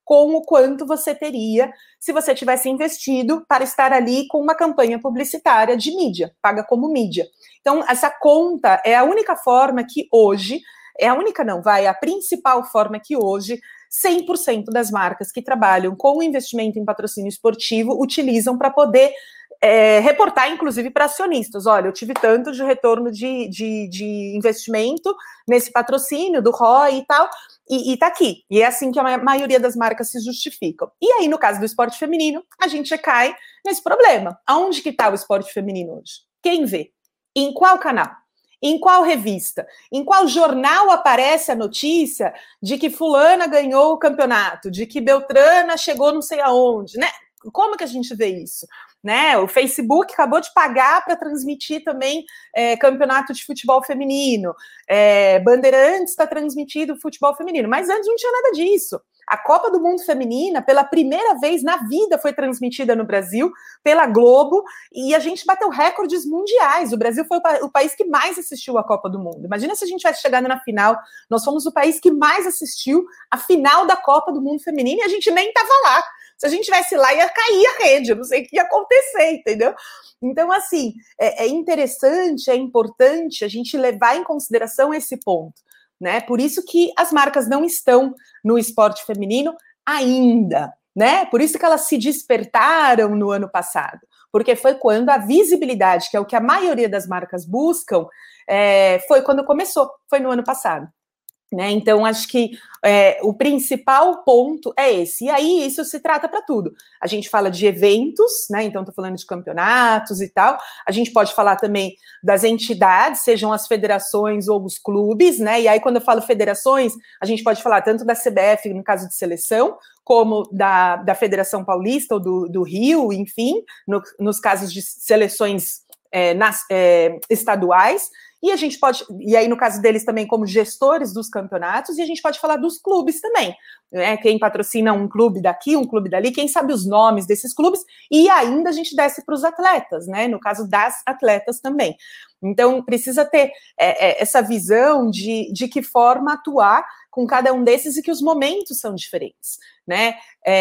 com o quanto você teria se você tivesse investido para estar ali com uma campanha publicitária de mídia, paga como mídia. Então, essa conta é a única forma que hoje, é a única não, vai, é a principal forma que hoje cem por cento das marcas que trabalham com investimento em patrocínio esportivo utilizam para poder é, reportar, inclusive, para acionistas. Olha, eu tive tanto de retorno de, de, de investimento nesse patrocínio, do R O I e tal, e, e tá aqui. E é assim que a maioria das marcas se justificam. E aí, no caso do esporte feminino, a gente cai nesse problema. Aonde que está o esporte feminino hoje? Quem vê? Em qual canal? Em qual revista? Em qual jornal aparece a notícia de que fulana ganhou o campeonato, de que Beltrana chegou não sei aonde, né? Como que a gente vê isso? Né? O Facebook acabou de pagar para transmitir também é, campeonato de futebol feminino, é, Bandeirantes está transmitindo futebol feminino, mas antes não tinha nada disso. A Copa do Mundo Feminina, pela primeira vez na vida, foi transmitida no Brasil pela Globo e a gente bateu recordes mundiais. O Brasil foi o, pa- o país que mais assistiu a Copa do Mundo. Imagina se a gente tivesse chegado na final. Nós fomos o país que mais assistiu a final da Copa do Mundo Feminino e a gente nem estava lá. Se a gente estivesse lá, ia cair a rede, eu não sei o que ia acontecer, entendeu? Então, assim, é, é interessante, é importante a gente levar em consideração esse ponto, né? Por isso que as marcas não estão no esporte feminino ainda, né? Por isso que elas se despertaram no ano passado, porque foi quando a visibilidade, que é o que a maioria das marcas buscam, é, foi quando começou, foi no ano passado. Né? Então, acho que é, o principal ponto é esse. E aí, isso se trata para tudo. A gente fala de eventos, né? Então, estou falando de campeonatos e tal. A gente pode falar também das entidades, sejam as federações ou os clubes, né? E aí, quando eu falo federações, a gente pode falar tanto da C B F, no caso de seleção, como da, da Federação Paulista ou do, do Rio, enfim, no, nos casos de seleções é, nas, é, estaduais. E a gente pode, e aí no caso deles também como gestores dos campeonatos, e a gente pode falar dos clubes também, né? Quem patrocina um clube daqui, um clube dali, quem sabe os nomes desses clubes, e ainda a gente desce para os atletas, né? No caso das atletas também. Então, precisa ter é, é, essa visão de, de que forma atuar com cada um desses e que os momentos são diferentes, né?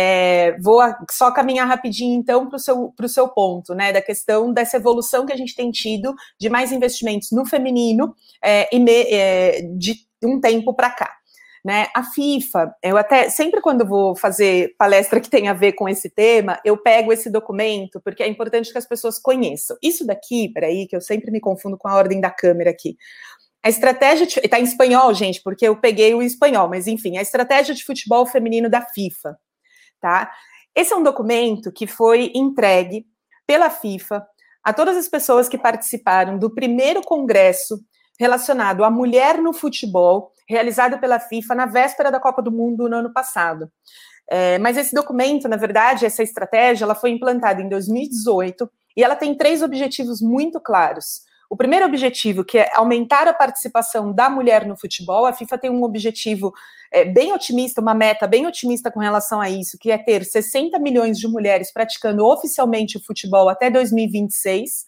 É, vou só caminhar rapidinho, então, para o seu, pro seu ponto, né? Da questão dessa evolução que a gente tem tido de mais investimentos no feminino é, e me, é, de um tempo para cá. Né? A FIFA, eu até, sempre quando vou fazer palestra que tem a ver com esse tema, eu pego esse documento, porque é importante que as pessoas conheçam. Isso daqui, peraí, que eu sempre me confundo com a ordem da câmera aqui. A estratégia, está em espanhol, gente, porque eu peguei o espanhol, mas enfim, a estratégia de futebol feminino da FIFA, tá? Esse é um documento que foi entregue pela FIFA a todas as pessoas que participaram do primeiro congresso relacionado à mulher no futebol, realizado pela FIFA na véspera da Copa do Mundo no ano passado. É, mas esse documento, na verdade, essa estratégia, ela foi implantada em dois mil e dezoito e ela tem três objetivos muito claros. O primeiro objetivo, que é aumentar a participação da mulher no futebol, a FIFA tem um objetivo é, bem otimista, uma meta bem otimista com relação a isso, que é ter sessenta milhões de mulheres praticando oficialmente o futebol até dois mil e vinte e seis.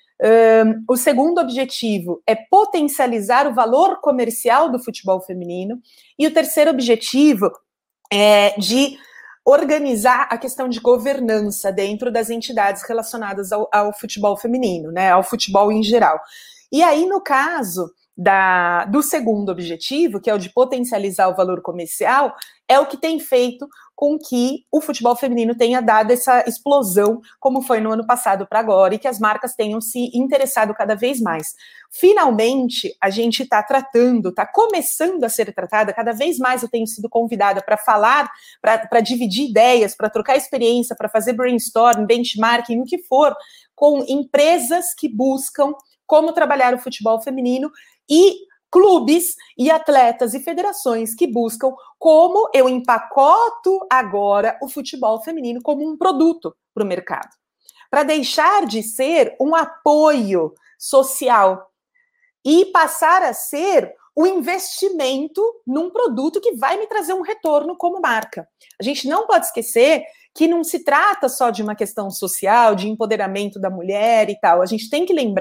Um, o segundo objetivo é potencializar o valor comercial do futebol feminino. E o terceiro objetivo é de organizar a questão de governança dentro das entidades relacionadas ao, ao futebol feminino, né, ao futebol em geral. E aí, no caso da, do segundo objetivo, que é o de potencializar o valor comercial, é o que tem feito com que o futebol feminino tenha dado essa explosão, como foi no ano passado para agora, e que as marcas tenham se interessado cada vez mais. Finalmente, a gente está tratando, está começando a ser tratada, cada vez mais eu tenho sido convidada para falar, para dividir ideias, para trocar experiência, para fazer brainstorm, benchmarking, o que for, com empresas que buscam como trabalhar o futebol feminino e clubes e atletas e federações que buscam como eu empacoto agora o futebol feminino como um produto para o mercado, para deixar de ser um apoio social e passar a ser o investimento num produto que vai me trazer um retorno como marca. A gente não pode esquecer que não se trata só de uma questão social, de empoderamento da mulher e tal. A gente tem que lembrar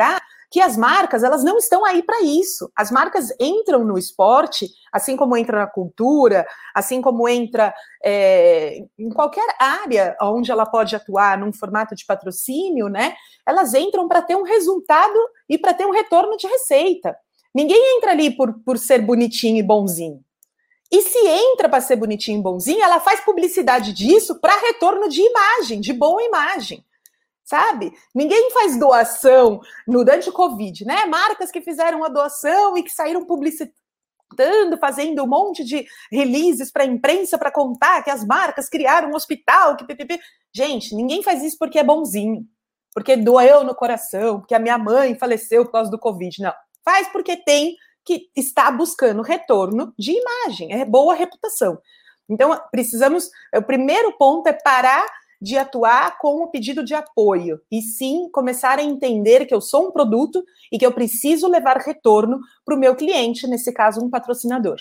que as marcas, elas não estão aí para isso. As marcas entram no esporte, assim como entra na cultura, assim como entra é, em qualquer área onde ela pode atuar num formato de patrocínio, né? Elas entram para ter um resultado e para ter um retorno de receita. Ninguém entra ali por, por ser bonitinho e bonzinho. E se entra para ser bonitinho e bonzinho, ela faz publicidade disso para retorno de imagem, de boa imagem. Sabe? Ninguém faz doação no, durante o Covid, né? Marcas que fizeram a doação e que saíram publicitando, fazendo um monte de releases para a imprensa para contar que as marcas criaram um hospital. Que pipipi. Gente, ninguém faz isso porque é bonzinho, porque doeu no coração, porque a minha mãe faleceu por causa do Covid. Não. Faz porque tem que estar buscando retorno de imagem, é boa reputação. Então, precisamos. O primeiro ponto é parar de atuar com o pedido de apoio, e sim começar a entender que eu sou um produto e que eu preciso levar retorno para o meu cliente, nesse caso, um patrocinador.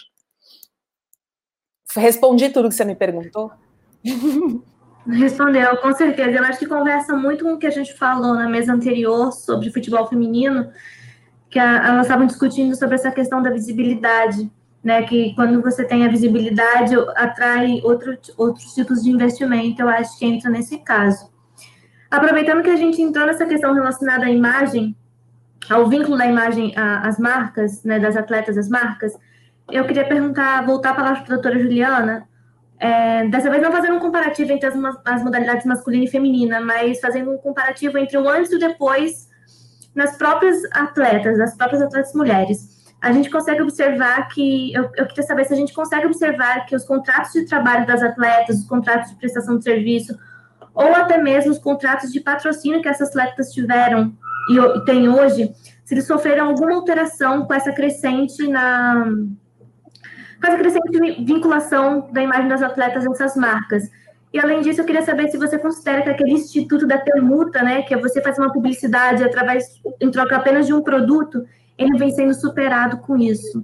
Respondi tudo que você me perguntou? Respondeu, com certeza. Eu acho que conversa muito com o que a gente falou na mesa anterior sobre futebol feminino, que a, elas estavam discutindo sobre essa questão da visibilidade, né, que quando você tem a visibilidade, atrai outro, outros tipos de investimento, eu acho que entra nesse caso. Aproveitando que a gente entrou nessa questão relacionada à imagem, ao vínculo da imagem às marcas, né, das atletas às marcas, eu queria perguntar, voltar a palavra para a doutora Juliana, é, dessa vez não fazendo um comparativo entre as, as modalidades masculina e feminina, mas fazendo um comparativo entre o antes e o depois nas próprias atletas, nas próprias atletas mulheres. A gente consegue observar que, eu, eu queria saber se a gente consegue observar que os contratos de trabalho das atletas, os contratos de prestação de serviço, ou até mesmo os contratos de patrocínio que essas atletas tiveram e, e têm hoje, se eles sofreram alguma alteração com essa crescente na com essa crescente vinculação da imagem das atletas a essas marcas. E, além disso, eu queria saber se você considera que aquele instituto da permuta, né, que é você fazer uma publicidade através, em troca apenas de um produto, ele vem sendo superado com isso.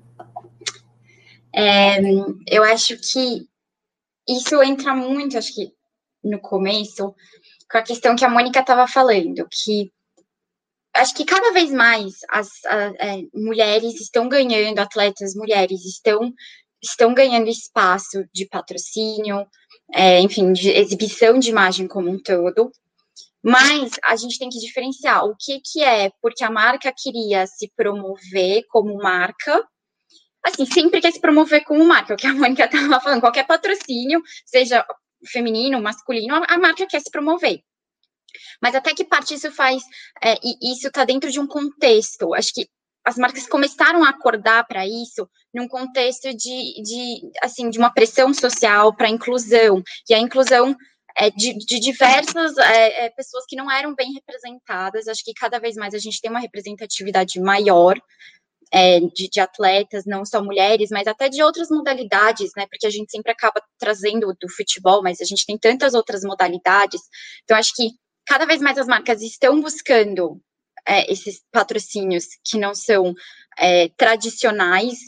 É, eu acho que isso entra muito, acho que no começo, com a questão que a Mônica estava falando, que acho que cada vez mais as a, é, mulheres estão ganhando, atletas mulheres estão, estão ganhando espaço de patrocínio, é, enfim, de exibição de imagem como um todo. Mas a gente tem que diferenciar o que, que é porque a marca queria se promover como marca, assim, sempre quer se promover como marca, o que a Mônica estava falando, qualquer patrocínio, seja feminino, masculino, a marca quer se promover. Mas até que parte isso faz, é, e isso está dentro de um contexto, acho que as marcas começaram a acordar para isso num contexto de, de, assim, de uma pressão social para a inclusão, e a inclusão É, de, de diversas é, é, pessoas que não eram bem representadas. Acho que cada vez mais a gente tem uma representatividade maior é, de, de atletas, não só mulheres, mas até de outras modalidades, né, porque a gente sempre acaba trazendo do futebol, mas a gente tem tantas outras modalidades. Então, acho que cada vez mais as marcas estão buscando é, esses patrocínios que não são é, tradicionais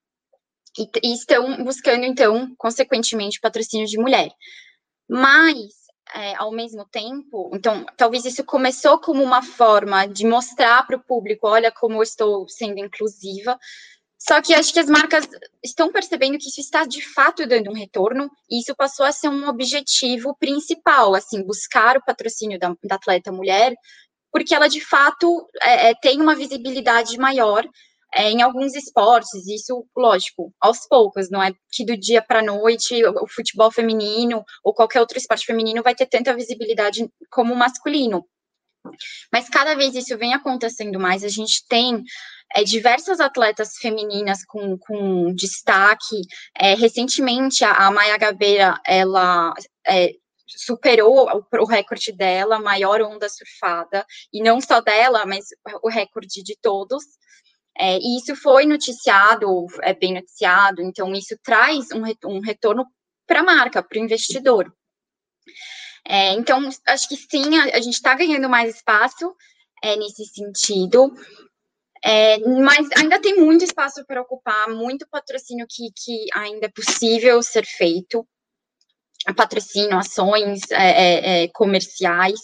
e, e estão buscando, então, consequentemente, patrocínio de mulher. Mas, é, ao mesmo tempo, então, talvez isso começou como uma forma de mostrar para o público, olha como eu estou sendo inclusiva, só que acho que as marcas estão percebendo que isso está, de fato, dando um retorno, e isso passou a ser um objetivo principal, assim, buscar o patrocínio da, da atleta mulher, porque ela, de fato, é, é, tem uma visibilidade maior, É, em alguns esportes, isso, lógico, aos poucos, não é que do dia para a noite o, o futebol feminino ou qualquer outro esporte feminino vai ter tanta visibilidade como o masculino. Mas cada vez isso vem acontecendo mais, a gente tem é, diversas atletas femininas com, com destaque. É, recentemente, a, a Maia Gabeira, ela é, superou o, o recorde dela, maior onda surfada, e não só dela, mas o recorde de todos. É, e isso foi noticiado, é bem noticiado, então isso traz um, um retorno para a marca, para o investidor. É, então, acho que sim, a, a gente está ganhando mais espaço é, nesse sentido, é, mas ainda tem muito espaço para ocupar, muito patrocínio que, que ainda é possível ser feito, patrocínio, ações é, é, comerciais.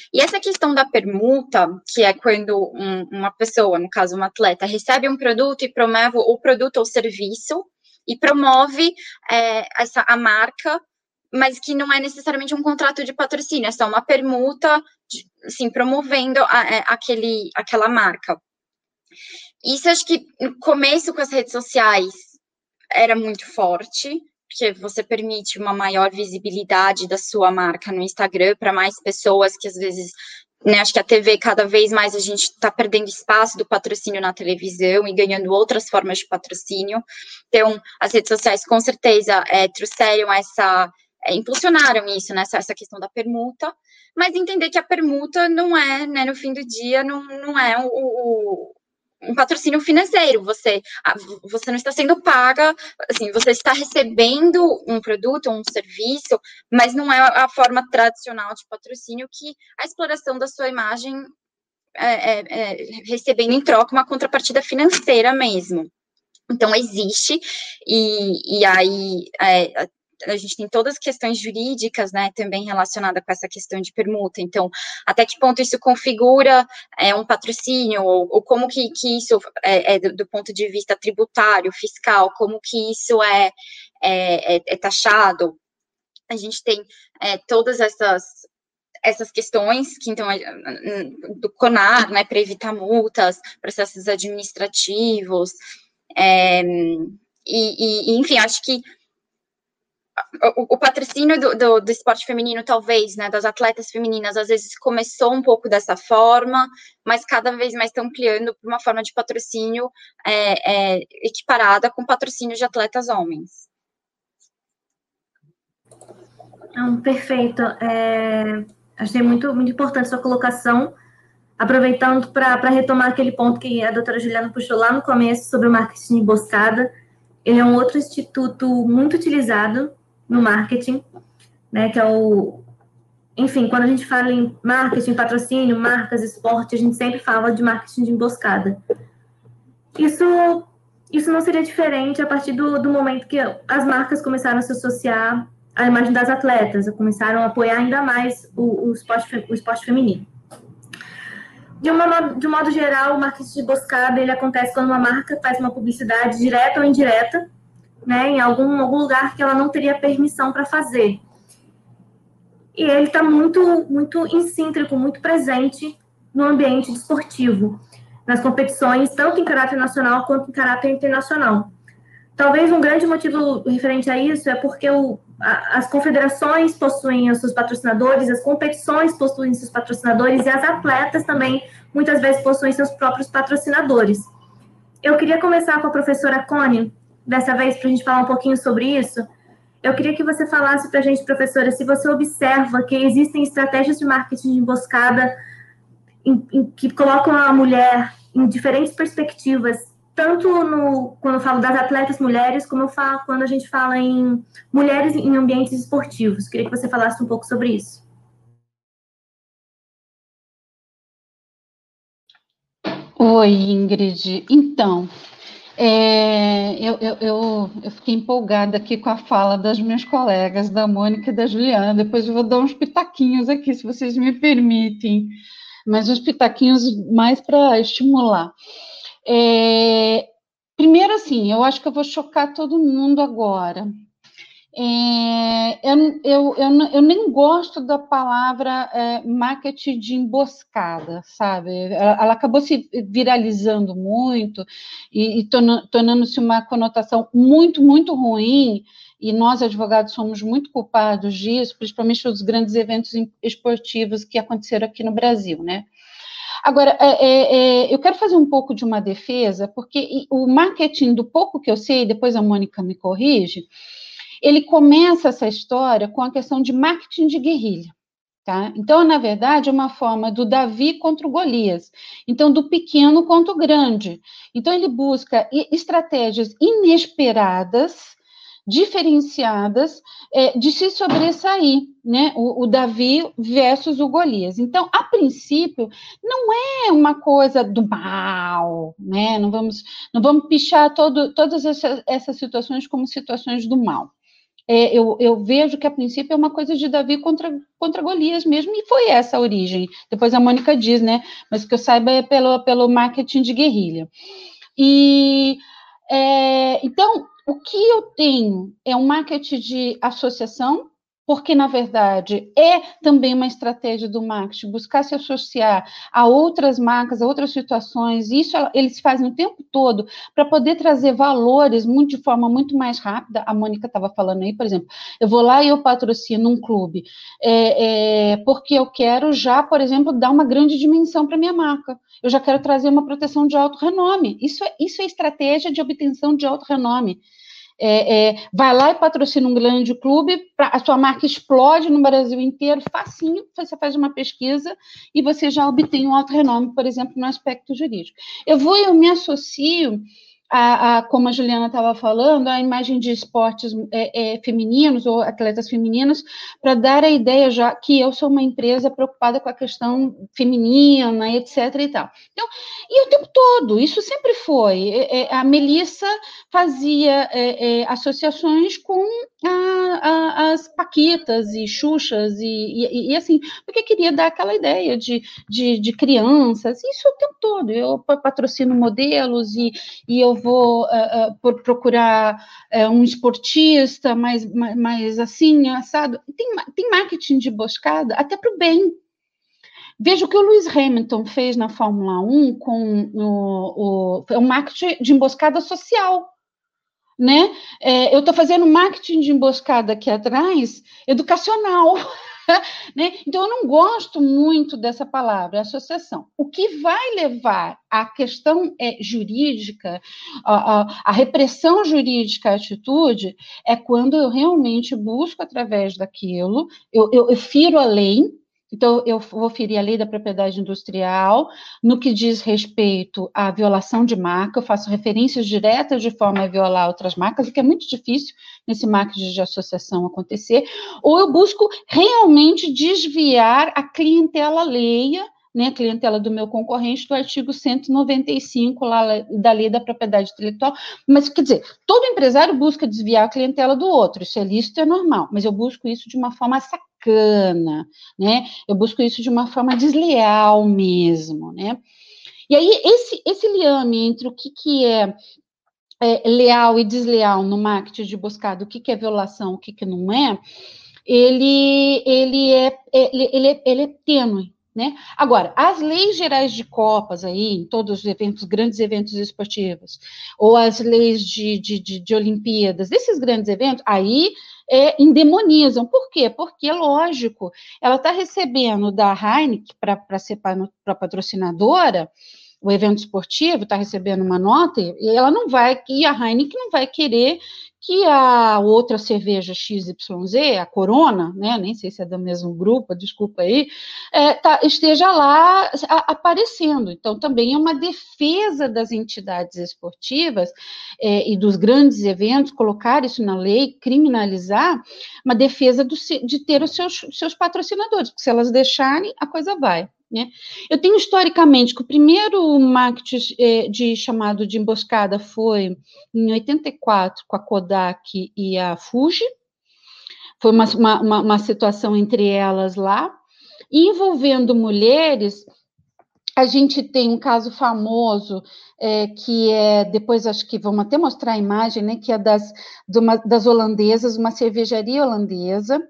E essa questão da permuta, que é quando um, uma pessoa, no caso um atleta, recebe um produto e promove o produto ou serviço, e promove é, essa, a marca, mas que não é necessariamente um contrato de patrocínio, é só uma permuta, de, assim, promovendo a, a, aquele, aquela marca. Isso acho que no começo com as redes sociais era muito forte, porque você permite uma maior visibilidade da sua marca no Instagram para mais pessoas que às vezes, né, acho que a T V cada vez mais a gente está perdendo espaço do patrocínio na televisão e ganhando outras formas de patrocínio. Então, as redes sociais com certeza é, trouxeram essa, é, impulsionaram isso, né, essa, essa questão da permuta, mas entender que a permuta não é, né, no fim do dia, não, não é o, o um patrocínio financeiro, você, você não está sendo paga, assim, você está recebendo um produto, um serviço, mas não é a forma tradicional de patrocínio, que a exploração da sua imagem é, é, é, recebendo em troca uma contrapartida financeira mesmo. Então, existe, e, e aí é, a gente tem todas as questões jurídicas, né, também relacionadas com essa questão de permuta. Então, até que ponto isso configura é, um patrocínio, ou, ou como que, que isso é, é do, do ponto de vista tributário, fiscal, como que isso é, é, é, é taxado. A gente tem é, todas essas, essas questões, que então, do CONAR, né, para evitar multas, processos administrativos, é, e, e, enfim, acho que O, o patrocínio do, do, do esporte feminino, talvez, né, das atletas femininas, às vezes começou um pouco dessa forma, mas cada vez mais está ampliando para uma forma de patrocínio é, é, equiparada com patrocínio de atletas homens. Não, perfeito. É, achei muito, muito importante sua colocação, aproveitando para retomar aquele ponto que a doutora Juliana puxou lá no começo sobre o marketing emboscada. Ele é um outro instituto muito utilizado no marketing, né, que é o... Enfim, quando a gente fala em marketing, patrocínio, marcas, esporte, a gente sempre fala de marketing de emboscada. Isso, isso não seria diferente a partir do, do momento que as marcas começaram a se associar à imagem das atletas, começaram a apoiar ainda mais o, o, esporte, o esporte feminino. De, uma, de um modo geral, o marketing de emboscada ele acontece quando uma marca faz uma publicidade direta ou indireta, né, em algum, algum lugar que ela não teria permissão para fazer. E ele está muito, muito incíntrico, muito presente no ambiente desportivo, nas competições, tanto em caráter nacional quanto em caráter internacional. Talvez um grande motivo referente a isso é porque o, a, as confederações possuem os seus patrocinadores, as competições possuem seus patrocinadores e as atletas também, muitas vezes, possuem seus próprios patrocinadores. Eu queria começar com a professora Connie, dessa vez, para a gente falar um pouquinho sobre isso. Eu queria que você falasse para a gente, professora, se você observa que existem estratégias de marketing de emboscada em, em, que colocam a mulher em diferentes perspectivas, tanto no, quando eu falo das atletas mulheres, como eu falo, quando a gente fala em mulheres em ambientes esportivos. Queria que você falasse um pouco sobre isso. Oi, Ingrid. Então... É, eu, eu, eu, eu fiquei empolgada aqui com a fala das minhas colegas, da Mônica e da Juliana. Depois eu vou dar uns pitaquinhos aqui, se vocês me permitem, mas uns pitaquinhos mais para estimular. É, primeiro, assim, eu acho que eu vou chocar todo mundo agora. É, eu, eu, eu, eu nem gosto da palavra é, marketing de emboscada, sabe? Ela, ela acabou se viralizando muito e, e tornando-se uma conotação muito, muito ruim, e nós, advogados, somos muito culpados disso, principalmente os grandes eventos esportivos que aconteceram aqui no Brasil, né? Agora, é, é, eu quero fazer um pouco de uma defesa, porque o marketing, do pouco que eu sei, depois a Mônica me corrige, ele começa essa história com a questão de marketing de guerrilha, tá? Então, na verdade, é uma forma do Davi contra o Golias, então do pequeno contra o grande. Então, ele busca estratégias inesperadas, diferenciadas, é, de se sobressair, né? O, o Davi versus o Golias. Então, a princípio, não é uma coisa do mal, né? Não vamos, não vamos pichar todo, todas essas, essas situações como situações do mal. É, eu, eu vejo que, a princípio, é uma coisa de Davi contra, contra Golias mesmo, e foi essa a origem. Depois a Mônica diz, né? Mas que eu saiba é pelo, pelo marketing de guerrilha. E, é, então, o que eu tenho é um marketing de associação, porque, na verdade, é também uma estratégia do marketing buscar se associar a outras marcas, a outras situações, isso eles fazem o tempo todo para poder trazer valores muito, de forma muito mais rápida. A Mônica estava falando aí, por exemplo, eu vou lá e eu patrocino um clube, é, é, porque eu quero já, por exemplo, dar uma grande dimensão para a minha marca. Eu já quero trazer uma proteção de alto renome. Isso é, isso é estratégia de obtenção de alto renome. É, é, vai lá e patrocina um grande clube, pra, a sua marca explode no Brasil inteiro, facinho, você faz uma pesquisa e você já obtém um alto renome, por exemplo, no aspecto jurídico. Eu vou e eu me associo a, a, como a Juliana estava falando, a imagem de esportes é, é, femininos ou atletas femininos, para dar a ideia já que eu sou uma empresa preocupada com a questão feminina, etc e tal. Então, e o tempo todo, isso sempre foi. É, é, a Melissa fazia é, é, associações com a, a, as Paquitas e Xuxas, e, e, e assim, porque queria dar aquela ideia de, de, de crianças, isso o tempo todo. Eu patrocino modelos e, e eu vou uh, uh, procurar uh, um esportista mais, mais, mais assim, assado. Tem, tem marketing de emboscada até para o bem. Veja o que o Lewis Hamilton fez na Fórmula um com o, o, o marketing de emboscada social. Né? É, eu estou fazendo marketing de emboscada aqui atrás, educacional. Né? Então, eu não gosto muito dessa palavra, associação. O que vai levar à questão é, jurídica, a, a, a repressão jurídica à atitude, é quando eu realmente busco, através daquilo, eu, eu, eu firo a lei. Então, eu vou ferir a lei da propriedade industrial, no que diz respeito à violação de marca, eu faço referências diretas de forma a violar outras marcas, o que é muito difícil nesse marketing de associação acontecer, ou eu busco realmente desviar a clientela alheia, né, a clientela do meu concorrente, do artigo cento e noventa e cinco lá, da lei da propriedade intelectual, mas, quer dizer, todo empresário busca desviar a clientela do outro, isso é lícito, é normal, mas eu busco isso de uma forma sacana, né, eu busco isso de uma forma desleal mesmo, né, e aí esse, esse liame entre o que, que é, é leal e desleal no marketing de emboscada, o que, que é violação, o que, que não é, ele, ele, é, ele, ele, é, ele é tênue. Né? Agora, as leis gerais de copas aí, em todos os eventos, grandes eventos esportivos, ou as leis de, de, de, de Olimpíadas, desses grandes eventos, aí é, endemonizam. Por quê? Porque, lógico, ela está recebendo da Heineken para ser para patrocinadora, o evento esportivo está recebendo uma nota, e ela não vai, e a Heineken não vai querer que a outra cerveja X Y Z, a Corona, né, nem sei se é do mesmo grupo, desculpa aí, é, tá, esteja lá a, aparecendo. Então, também é uma defesa das entidades esportivas é, e dos grandes eventos, colocar isso na lei, criminalizar, uma defesa do, de ter os seus, seus patrocinadores, porque se elas deixarem, a coisa vai. Né? Eu tenho historicamente que o primeiro marketing eh, de chamado de emboscada foi em oitenta e quatro com a Kodak e a Fuji, foi uma, uma, uma situação entre elas lá, e envolvendo mulheres. A gente tem um caso famoso, é, que é, depois acho que vamos até mostrar a imagem, né, que é das, de uma, das holandesas, uma cervejaria holandesa,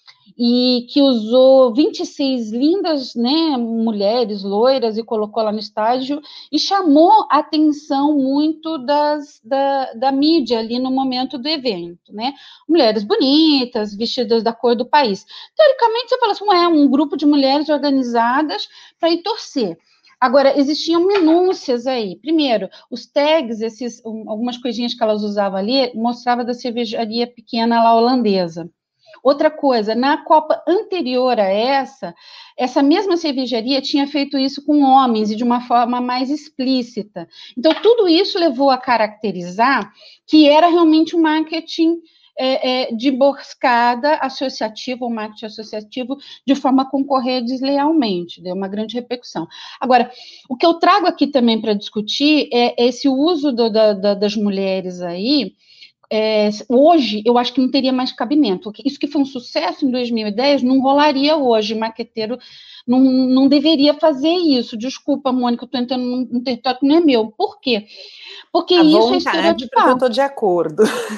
e que usou vinte e seis lindas, né, mulheres loiras e colocou lá no estádio e chamou a atenção muito das, da, da mídia ali no momento do evento, né, mulheres bonitas, vestidas da cor do país. Teoricamente, você fala assim, é um grupo de mulheres organizadas para ir torcer. Agora, existiam minúcias aí. Primeiro, os tags, esses, algumas coisinhas que elas usavam ali, mostrava da cervejaria pequena lá holandesa. Outra coisa, na Copa anterior a essa, essa mesma cervejaria tinha feito isso com homens e de uma forma mais explícita. Então, tudo isso levou a caracterizar que era realmente um marketing é, é, de emboscada associativa, ou marketing associativo, de forma a concorrer deslealmente, deu uma grande repercussão. Agora, o que eu trago aqui também para discutir é esse uso do, da, da, das mulheres aí, É, hoje, eu acho que não teria mais cabimento. Isso que foi um sucesso em dois mil e dez não rolaria hoje. Marqueteiro não, não deveria fazer isso. Desculpa, Mônica, eu estou entrando num, num território que não é meu. Por quê? Porque à isso vontade, é estereotipar. Porque eu estou de acordo.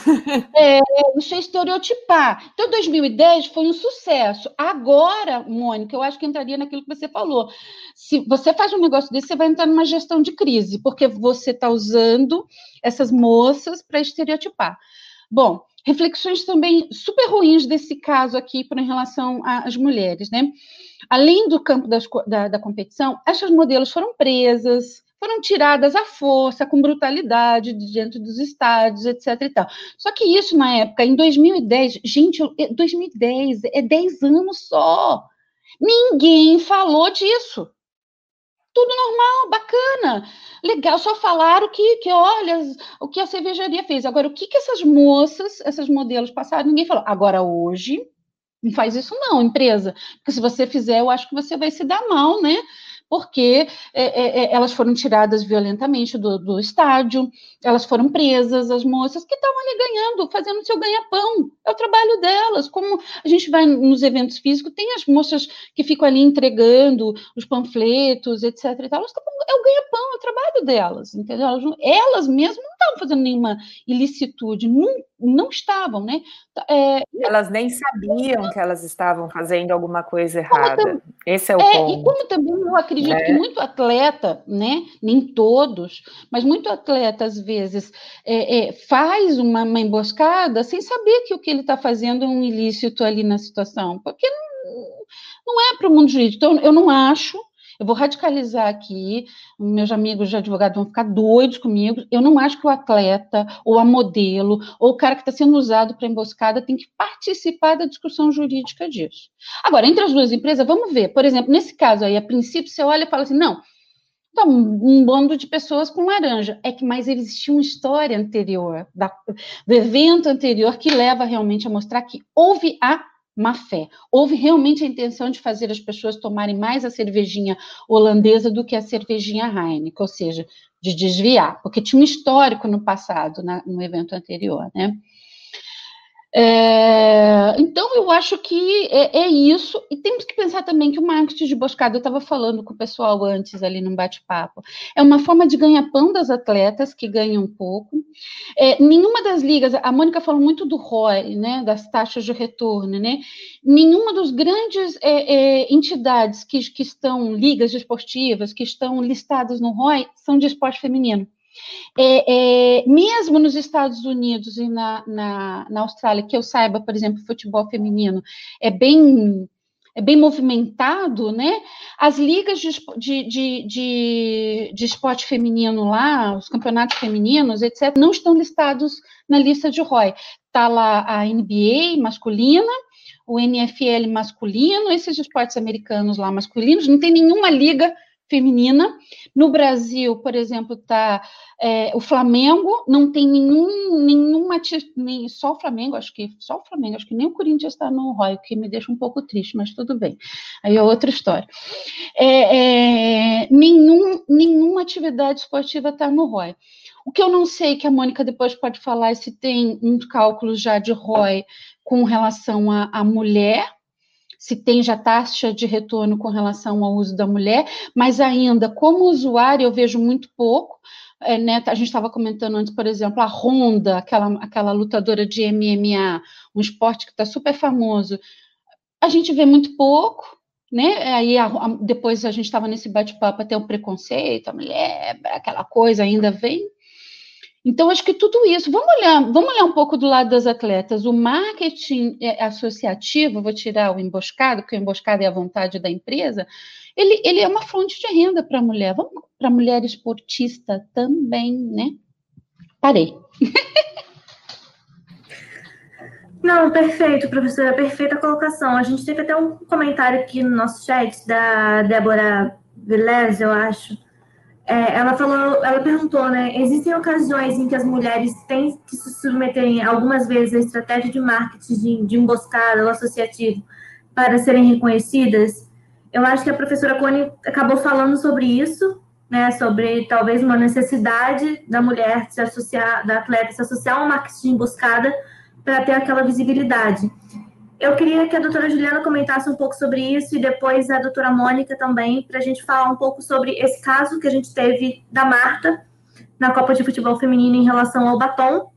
É, isso é estereotipar. Então, dois mil e dez foi um sucesso. Agora, Mônica, eu acho que entraria naquilo que você falou. Se você faz um negócio desse, você vai entrar numa gestão de crise, porque você está usando essas moças para estereotipar. Bom, reflexões também super ruins desse caso aqui em relação às mulheres, né? Além do campo das, da, da competição, essas modelos foram presas, foram tiradas à força, com brutalidade, de dentro dos estádios, etc e tal. Só que isso, na época, em dois mil e dez, gente, dois mil e dez é dez anos só. Ninguém falou disso. Tudo normal, bacana, legal, só falaram que, que olha, o que a cervejaria fez. Agora, o que, que essas moças, essas modelos passaram, ninguém falou. Agora, hoje, não faz isso não, empresa, porque se você fizer, eu acho que você vai se dar mal, né? Porque é, é, elas foram tiradas violentamente do, do estádio, elas foram presas, as moças que estavam ali ganhando, fazendo seu ganha-pão, é o trabalho delas. Como a gente vai nos eventos físicos, tem as moças que ficam ali entregando os panfletos, etc e tal, elas tavam, é o ganha-pão, é o trabalho delas, entendeu? Elas, elas mesmas não estavam fazendo nenhuma ilicitude, não, não estavam, né? É, elas nem sabiam que elas estavam fazendo alguma coisa errada. Esse é o é, ponto. E como também eu acredito é. que muito atleta, né, nem todos, mas muito atleta, às vezes, é, é, faz uma, uma emboscada sem saber que o que ele está fazendo é um ilícito ali na situação, porque não, não é para o mundo jurídico. Então, eu não acho... Eu vou radicalizar aqui, meus amigos de advogado vão ficar doidos comigo, eu não acho que o atleta, ou a modelo, ou o cara que está sendo usado para emboscada tem que participar da discussão jurídica disso. Agora, entre as duas empresas, vamos ver, por exemplo, nesse caso aí, a princípio, você olha e fala assim, não, tá um, um bando de pessoas com laranja, é que mais existia uma história anterior, da, do evento anterior, que leva realmente a mostrar que houve a má fé. Houve realmente a intenção de fazer as pessoas tomarem mais a cervejinha holandesa do que a cervejinha Heineken, ou seja, de desviar, porque tinha um histórico no passado, na, no evento anterior, né? É, então, eu acho que é, é isso, e temos que pensar também que o marketing de emboscada, eu estava falando com o pessoal antes ali num bate-papo, é uma forma de ganhar-pão das atletas, que ganham um pouco. É, nenhuma das ligas, a Mônica falou muito do R O I, né, das taxas de retorno, né, nenhuma dos grandes é, é, entidades que, que estão, ligas esportivas, que estão listadas no R O I, são de esporte feminino. É, é, mesmo nos Estados Unidos e na, na, na Austrália, que eu saiba, por exemplo, futebol feminino é bem, é bem movimentado, né? As ligas de, de, de, de, de esporte feminino lá, os campeonatos femininos, etcétera, não estão listados na lista de R O I. Está lá a N B A masculina, o N F L masculino, esses esportes americanos lá masculinos, não tem nenhuma liga feminina. No Brasil, por exemplo, está é, o Flamengo, não tem nenhum, nenhuma, nem, só o Flamengo, acho que só o Flamengo, acho que nem o Corinthians está no R O I, o que me deixa um pouco triste, mas tudo bem, aí é outra história. É, é, nenhum, nenhuma atividade esportiva está no R O I. O que eu não sei, que a Mônica depois pode falar, é se tem uns cálculos já de R O I com relação à mulher, se tem já taxa de retorno com relação ao uso da mulher, mas ainda, como usuário, eu vejo muito pouco, é, né, a gente estava comentando antes, por exemplo, a Ronda, aquela, aquela lutadora de M M A, um esporte que está super famoso, a gente vê muito pouco, né, aí a, a, depois a gente estava nesse bate-papo até o preconceito, a mulher, aquela coisa ainda vem. Então, acho que tudo isso, vamos olhar, vamos olhar um pouco do lado das atletas. O marketing associativo, vou tirar o emboscado, porque o emboscado é a vontade da empresa, ele, ele é uma fonte de renda para a mulher, vamos para a mulher esportista também, né? Parei. Não, perfeito, professora, perfeita colocação. A gente teve até um comentário aqui no nosso chat da Débora Velez, eu acho. É, ela falou, ela perguntou, né? Existem ocasiões em que as mulheres têm que se submeterem algumas vezes à estratégia de marketing de, de emboscada ou associativo para serem reconhecidas? Eu acho que a professora Cone acabou falando sobre isso, né, sobre talvez uma necessidade da mulher se associar, da atleta se associar a um marketing de emboscada para ter aquela visibilidade. Eu queria que a doutora Juliana comentasse um pouco sobre isso e depois a doutora Mônica também, para a gente falar um pouco sobre esse caso que a gente teve da Marta na Copa de Futebol Feminino em relação ao batom.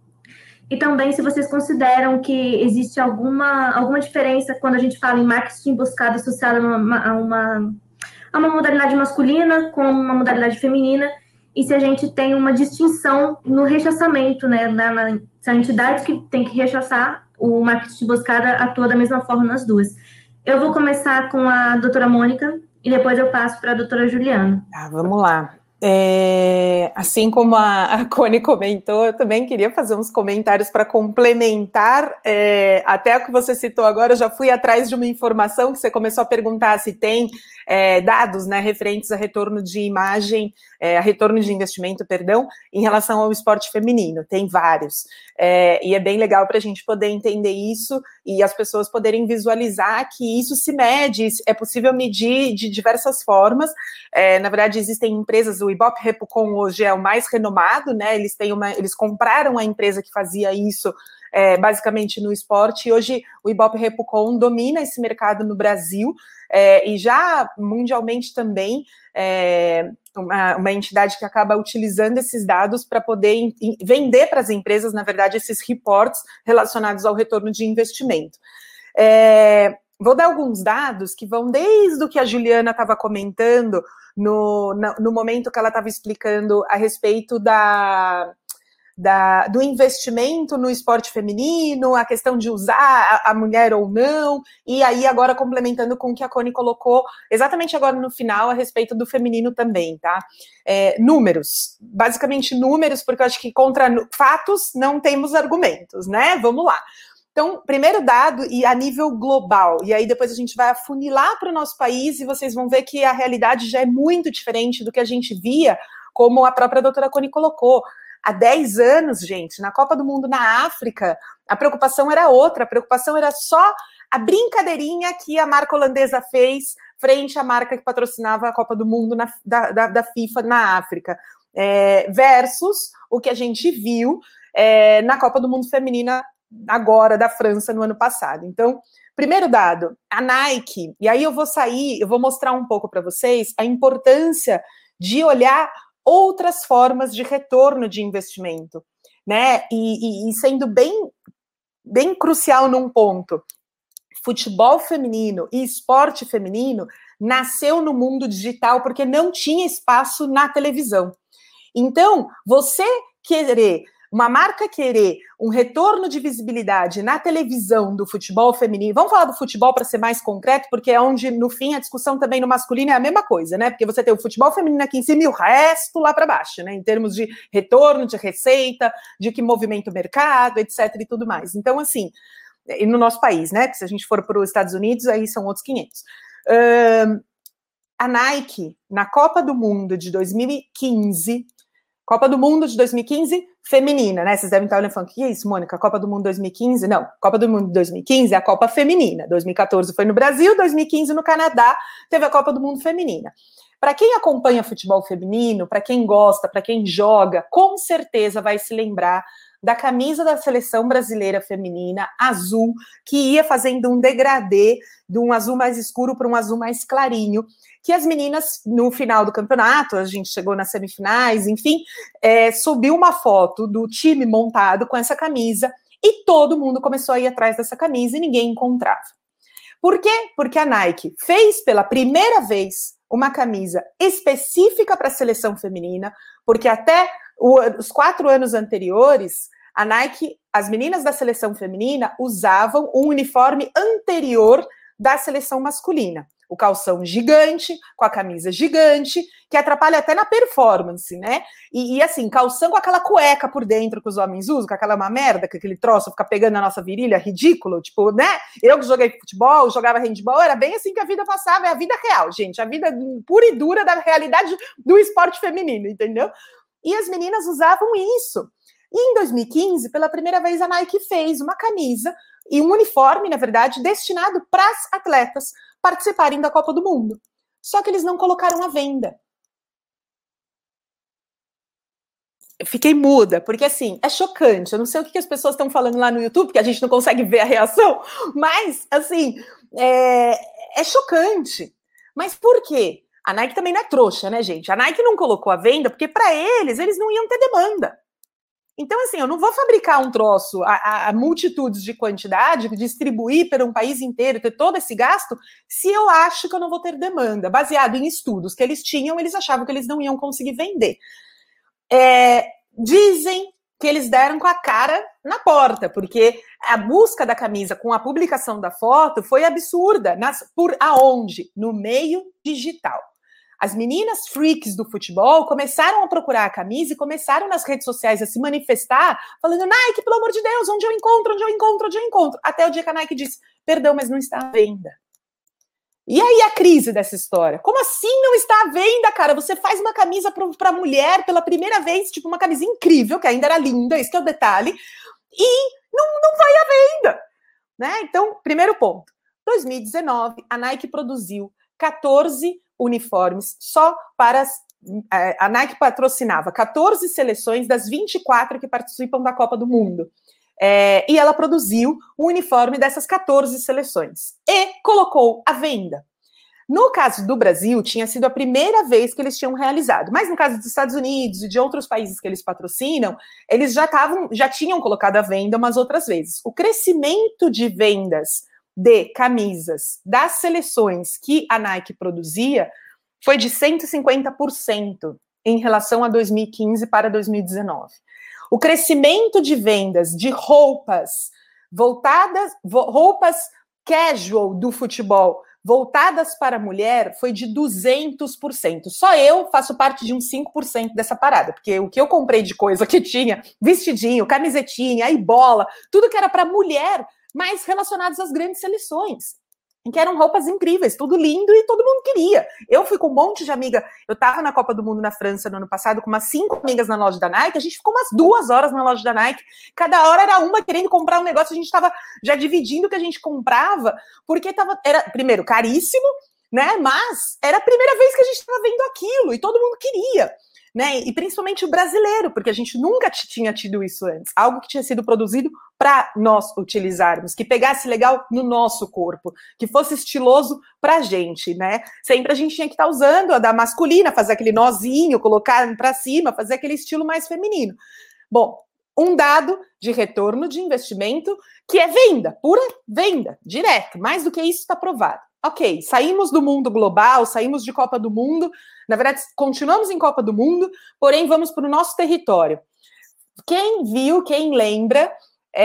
E também se vocês consideram que existe alguma, alguma diferença quando a gente fala em marketing emboscada associada a uma, a, uma, a uma modalidade masculina com uma modalidade feminina, e se a gente tem uma distinção no rechaçamento, né? Na, na, se a entidade que tem que rechaçar o marketing emboscada atua da mesma forma nas duas. Eu vou começar com a doutora Mônica e depois eu passo para a doutora Juliana. Ah, vamos lá. É, assim como a, a Cone comentou, eu também queria fazer uns comentários para complementar, é, até o que você citou agora. Eu já fui atrás de uma informação que você começou a perguntar se tem é, dados, né, referentes a retorno de imagem, é, a retorno de investimento, perdão, em relação ao esporte feminino. Tem vários, é, e é bem legal para a gente poder entender isso e as pessoas poderem visualizar que isso se mede, é possível medir de diversas formas. É, na verdade, existem empresas, o Ibope Repucon hoje é o mais renomado, né? Eles têm uma, eles compraram a empresa que fazia isso é, basicamente no esporte, e hoje o Ibope Repucon domina esse mercado no Brasil, é, e já mundialmente também é uma, uma entidade que acaba utilizando esses dados para poder in, in, vender para as empresas, na verdade, esses reports relacionados ao retorno de investimento. É, vou dar alguns dados que vão desde o que a Juliana estava comentando no, no, no momento que ela estava explicando a respeito da, da, do investimento no esporte feminino, a questão de usar a, a mulher ou não, e aí agora complementando com o que a Cone colocou exatamente agora no final a respeito do feminino também, tá? É, números, basicamente números, porque eu acho que contra fatos não temos argumentos, né? Vamos lá. Então, primeiro dado, e a nível global, e aí depois a gente vai afunilar para o nosso país e vocês vão ver que a realidade já é muito diferente do que a gente via, como a própria doutora Cone colocou. Há dez anos, gente, na Copa do Mundo na África, a preocupação era outra, a preocupação era só a brincadeirinha que a marca holandesa fez frente à marca que patrocinava a Copa do Mundo na, da, da, da FIFA na África, é, versus o que a gente viu é, na Copa do Mundo feminina agora da França no ano passado. Então, primeiro dado, a Nike, e aí eu vou sair, eu vou mostrar um pouco para vocês a importância de olhar outras formas de retorno de investimento, né? E, e, e sendo bem, bem crucial num ponto, futebol feminino e esporte feminino nasceu no mundo digital porque não tinha espaço na televisão. Então, você querer uma marca querer um retorno de visibilidade na televisão do futebol feminino, vamos falar do futebol para ser mais concreto, porque é onde, no fim, a discussão também no masculino é a mesma coisa, né? Porque você tem o futebol feminino aqui em cima e o resto lá para baixo, né? Em termos de retorno, de receita, de que movimenta o mercado, etc e tudo mais. Então, assim, e no nosso país, né? Porque se a gente for para os Estados Unidos, aí são outros quinhentos. Uh, a Nike, na Copa do Mundo de dois mil e quinze... Copa do Mundo de dois mil e quinze, feminina, né? Vocês devem estar olhando e falando, o que é isso, Mônica? Copa do Mundo dois mil e quinze? Não, Copa do Mundo dois mil e quinze é a Copa Feminina. dois mil e quatorze foi no Brasil, dois mil e quinze no Canadá, teve a Copa do Mundo Feminina. Para quem acompanha futebol feminino, para quem gosta, para quem joga, com certeza vai se lembrar da camisa da seleção brasileira feminina, azul, que ia fazendo um degradê de um azul mais escuro para um azul mais clarinho, que as meninas, no final do campeonato, a gente chegou nas semifinais, enfim, é, subiu uma foto do time montado com essa camisa e todo mundo começou a ir atrás dessa camisa e ninguém encontrava. Por quê? Porque a Nike fez pela primeira vez uma camisa específica para a seleção feminina, porque até o, os quatro anos anteriores, a Nike, as meninas da seleção feminina usavam um uniforme anterior da seleção masculina. O calção gigante, com a camisa gigante, que atrapalha até na performance, né? E, e assim, calção com aquela cueca por dentro que os homens usam, com aquela uma merda, que aquele troço fica pegando na nossa virilha, ridículo, tipo, né? Eu que joguei futebol, jogava handball, era bem assim que a vida passava, é a vida real, gente, a vida pura e dura da realidade do esporte feminino, entendeu? E as meninas usavam isso. E em dois mil e quinze, pela primeira vez, a Nike fez uma camisa e um uniforme, na verdade, destinado para as atletas participarem da Copa do Mundo. Só que eles não colocaram à venda. fiquei muda, porque assim, é chocante. Eu não sei o que as pessoas estão falando lá no YouTube, porque a gente não consegue ver a reação, mas assim, é, é chocante. Mas por quê? A Nike também não é trouxa, né, gente? A Nike não colocou à venda porque para eles, eles não iam ter demanda. Então, assim, eu não vou fabricar um troço a, a, a multitudes de quantidade, distribuir para um país inteiro, ter todo esse gasto, se eu acho que eu não vou ter demanda. Baseado em estudos que eles tinham, eles achavam que eles não iam conseguir vender. É, dizem que eles deram com a cara na porta, porque a busca da camisa com a publicação da foto foi absurda. Nas, por aonde? No meio digital. As meninas freaks do futebol começaram a procurar a camisa e começaram nas redes sociais a se manifestar, falando, Nike, pelo amor de Deus, onde eu encontro, onde eu encontro, onde eu encontro. Até o dia que a Nike disse, perdão, mas não está à venda. E aí a crise dessa história? Como assim não está à venda, cara? Você faz uma camisa para mulher pela primeira vez, tipo uma camisa incrível, que ainda era linda, esse que é o detalhe, e não, não vai à venda. Né? Então, primeiro ponto. dois mil e dezenove, a Nike produziu catorze uniformes só para as, a Nike patrocinava catorze seleções das vinte e quatro que participam da Copa do Mundo. É, e ela produziu o uniforme dessas catorze seleções e colocou à venda. No caso do Brasil, tinha sido a primeira vez que eles tinham realizado, mas no caso dos Estados Unidos e de outros países que eles patrocinam, eles já, tavam, já tinham colocado à venda umas outras vezes. O crescimento de vendas de camisas das seleções que a Nike produzia foi de cento e cinquenta por cento em relação a dois mil e quinze para dois mil e dezenove. O crescimento de vendas de roupas voltadas, roupas casual do futebol voltadas para a mulher foi de duzentos por cento. Só eu faço parte de uns cinco por cento dessa parada, porque o que eu comprei de coisa que tinha, vestidinho, camisetinha, aí bola, tudo que era para mulher, mas relacionados às grandes seleções, em que eram roupas incríveis, tudo lindo e todo mundo queria. Eu fui com um monte de amiga, eu tava na Copa do Mundo na França no ano passado com umas cinco amigas na loja da Nike, a gente ficou umas duas horas na loja da Nike, cada hora era uma querendo comprar um negócio, a gente tava já dividindo o que a gente comprava, porque tava, era, primeiro, caríssimo, né, mas era a primeira vez que a gente tava vendo aquilo e todo mundo queria. Né? E principalmente o brasileiro, porque a gente nunca tinha tido isso antes, algo que tinha sido produzido para nós utilizarmos, que pegasse legal no nosso corpo, que fosse estiloso para a gente, né? Sempre a gente tinha que estar tá usando a da masculina, fazer aquele nozinho, colocar para cima, fazer aquele estilo mais feminino. Bom, um dado de retorno de investimento que é venda, pura venda, direto, mais do que isso está provado. Ok, saímos do mundo global, saímos de Copa do Mundo, na verdade, continuamos em Copa do Mundo, porém vamos para o nosso território. Quem viu, quem lembra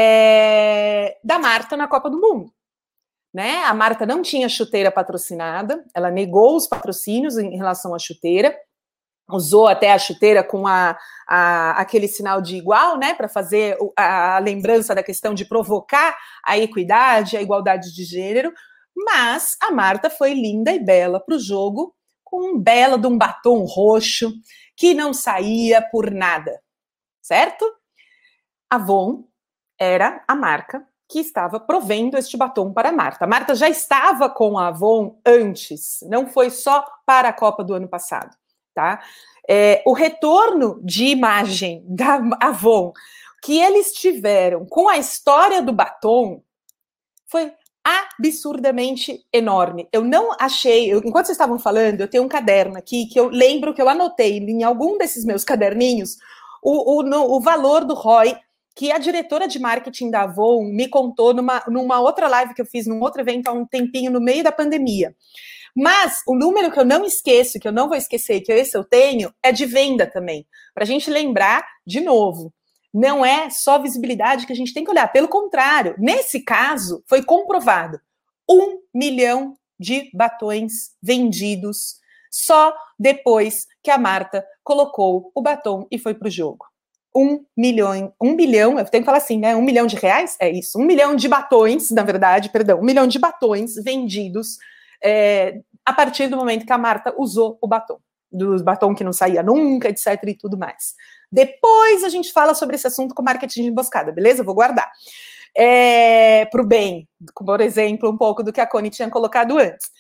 é, da Marta na Copa do Mundo? Né? A Marta não tinha chuteira patrocinada, ela negou os patrocínios em relação à chuteira, usou até a chuteira com a, a, aquele sinal de igual, né, para fazer a, a lembrança da questão de provocar a equidade, a igualdade de gênero, mas a Marta foi linda e bela para o jogo, com um belo de um batom roxo, que não saía por nada, certo? A Avon era a marca que estava provendo este batom para a Marta. A Marta já estava com a Avon antes, não foi só para a Copa do ano passado, tá? É, o retorno de imagem da Avon que eles tiveram com a história do batom foi absurdamente enorme. Eu não achei, eu, enquanto vocês estavam falando, eu tenho um caderno aqui que eu lembro que eu anotei em algum desses meus caderninhos o, o, no, o valor do R O I que a diretora de marketing da Avon me contou numa, numa outra live que eu fiz, num outro evento há um tempinho no meio da pandemia. Mas o número que eu não esqueço, que eu não vou esquecer, que esse eu tenho, é de venda também. Para a gente lembrar, de novo, não é só visibilidade que a gente tem que olhar. Pelo contrário, nesse caso, foi comprovado um milhão de batons vendidos só depois que a Marta colocou o batom e foi para o jogo. Um milhão, um bilhão, eu tenho que falar assim, né? Um milhão de reais? É isso. Um milhão de batons, na verdade, perdão, um milhão de batons vendidos é, a partir do momento que a Marta usou o batom. Do batom que não saía nunca, etc e tudo mais. Depois a gente fala sobre esse assunto com marketing de emboscada, beleza? Eu vou guardar. É, para o bem, por exemplo, um pouco do que a Connie tinha colocado antes.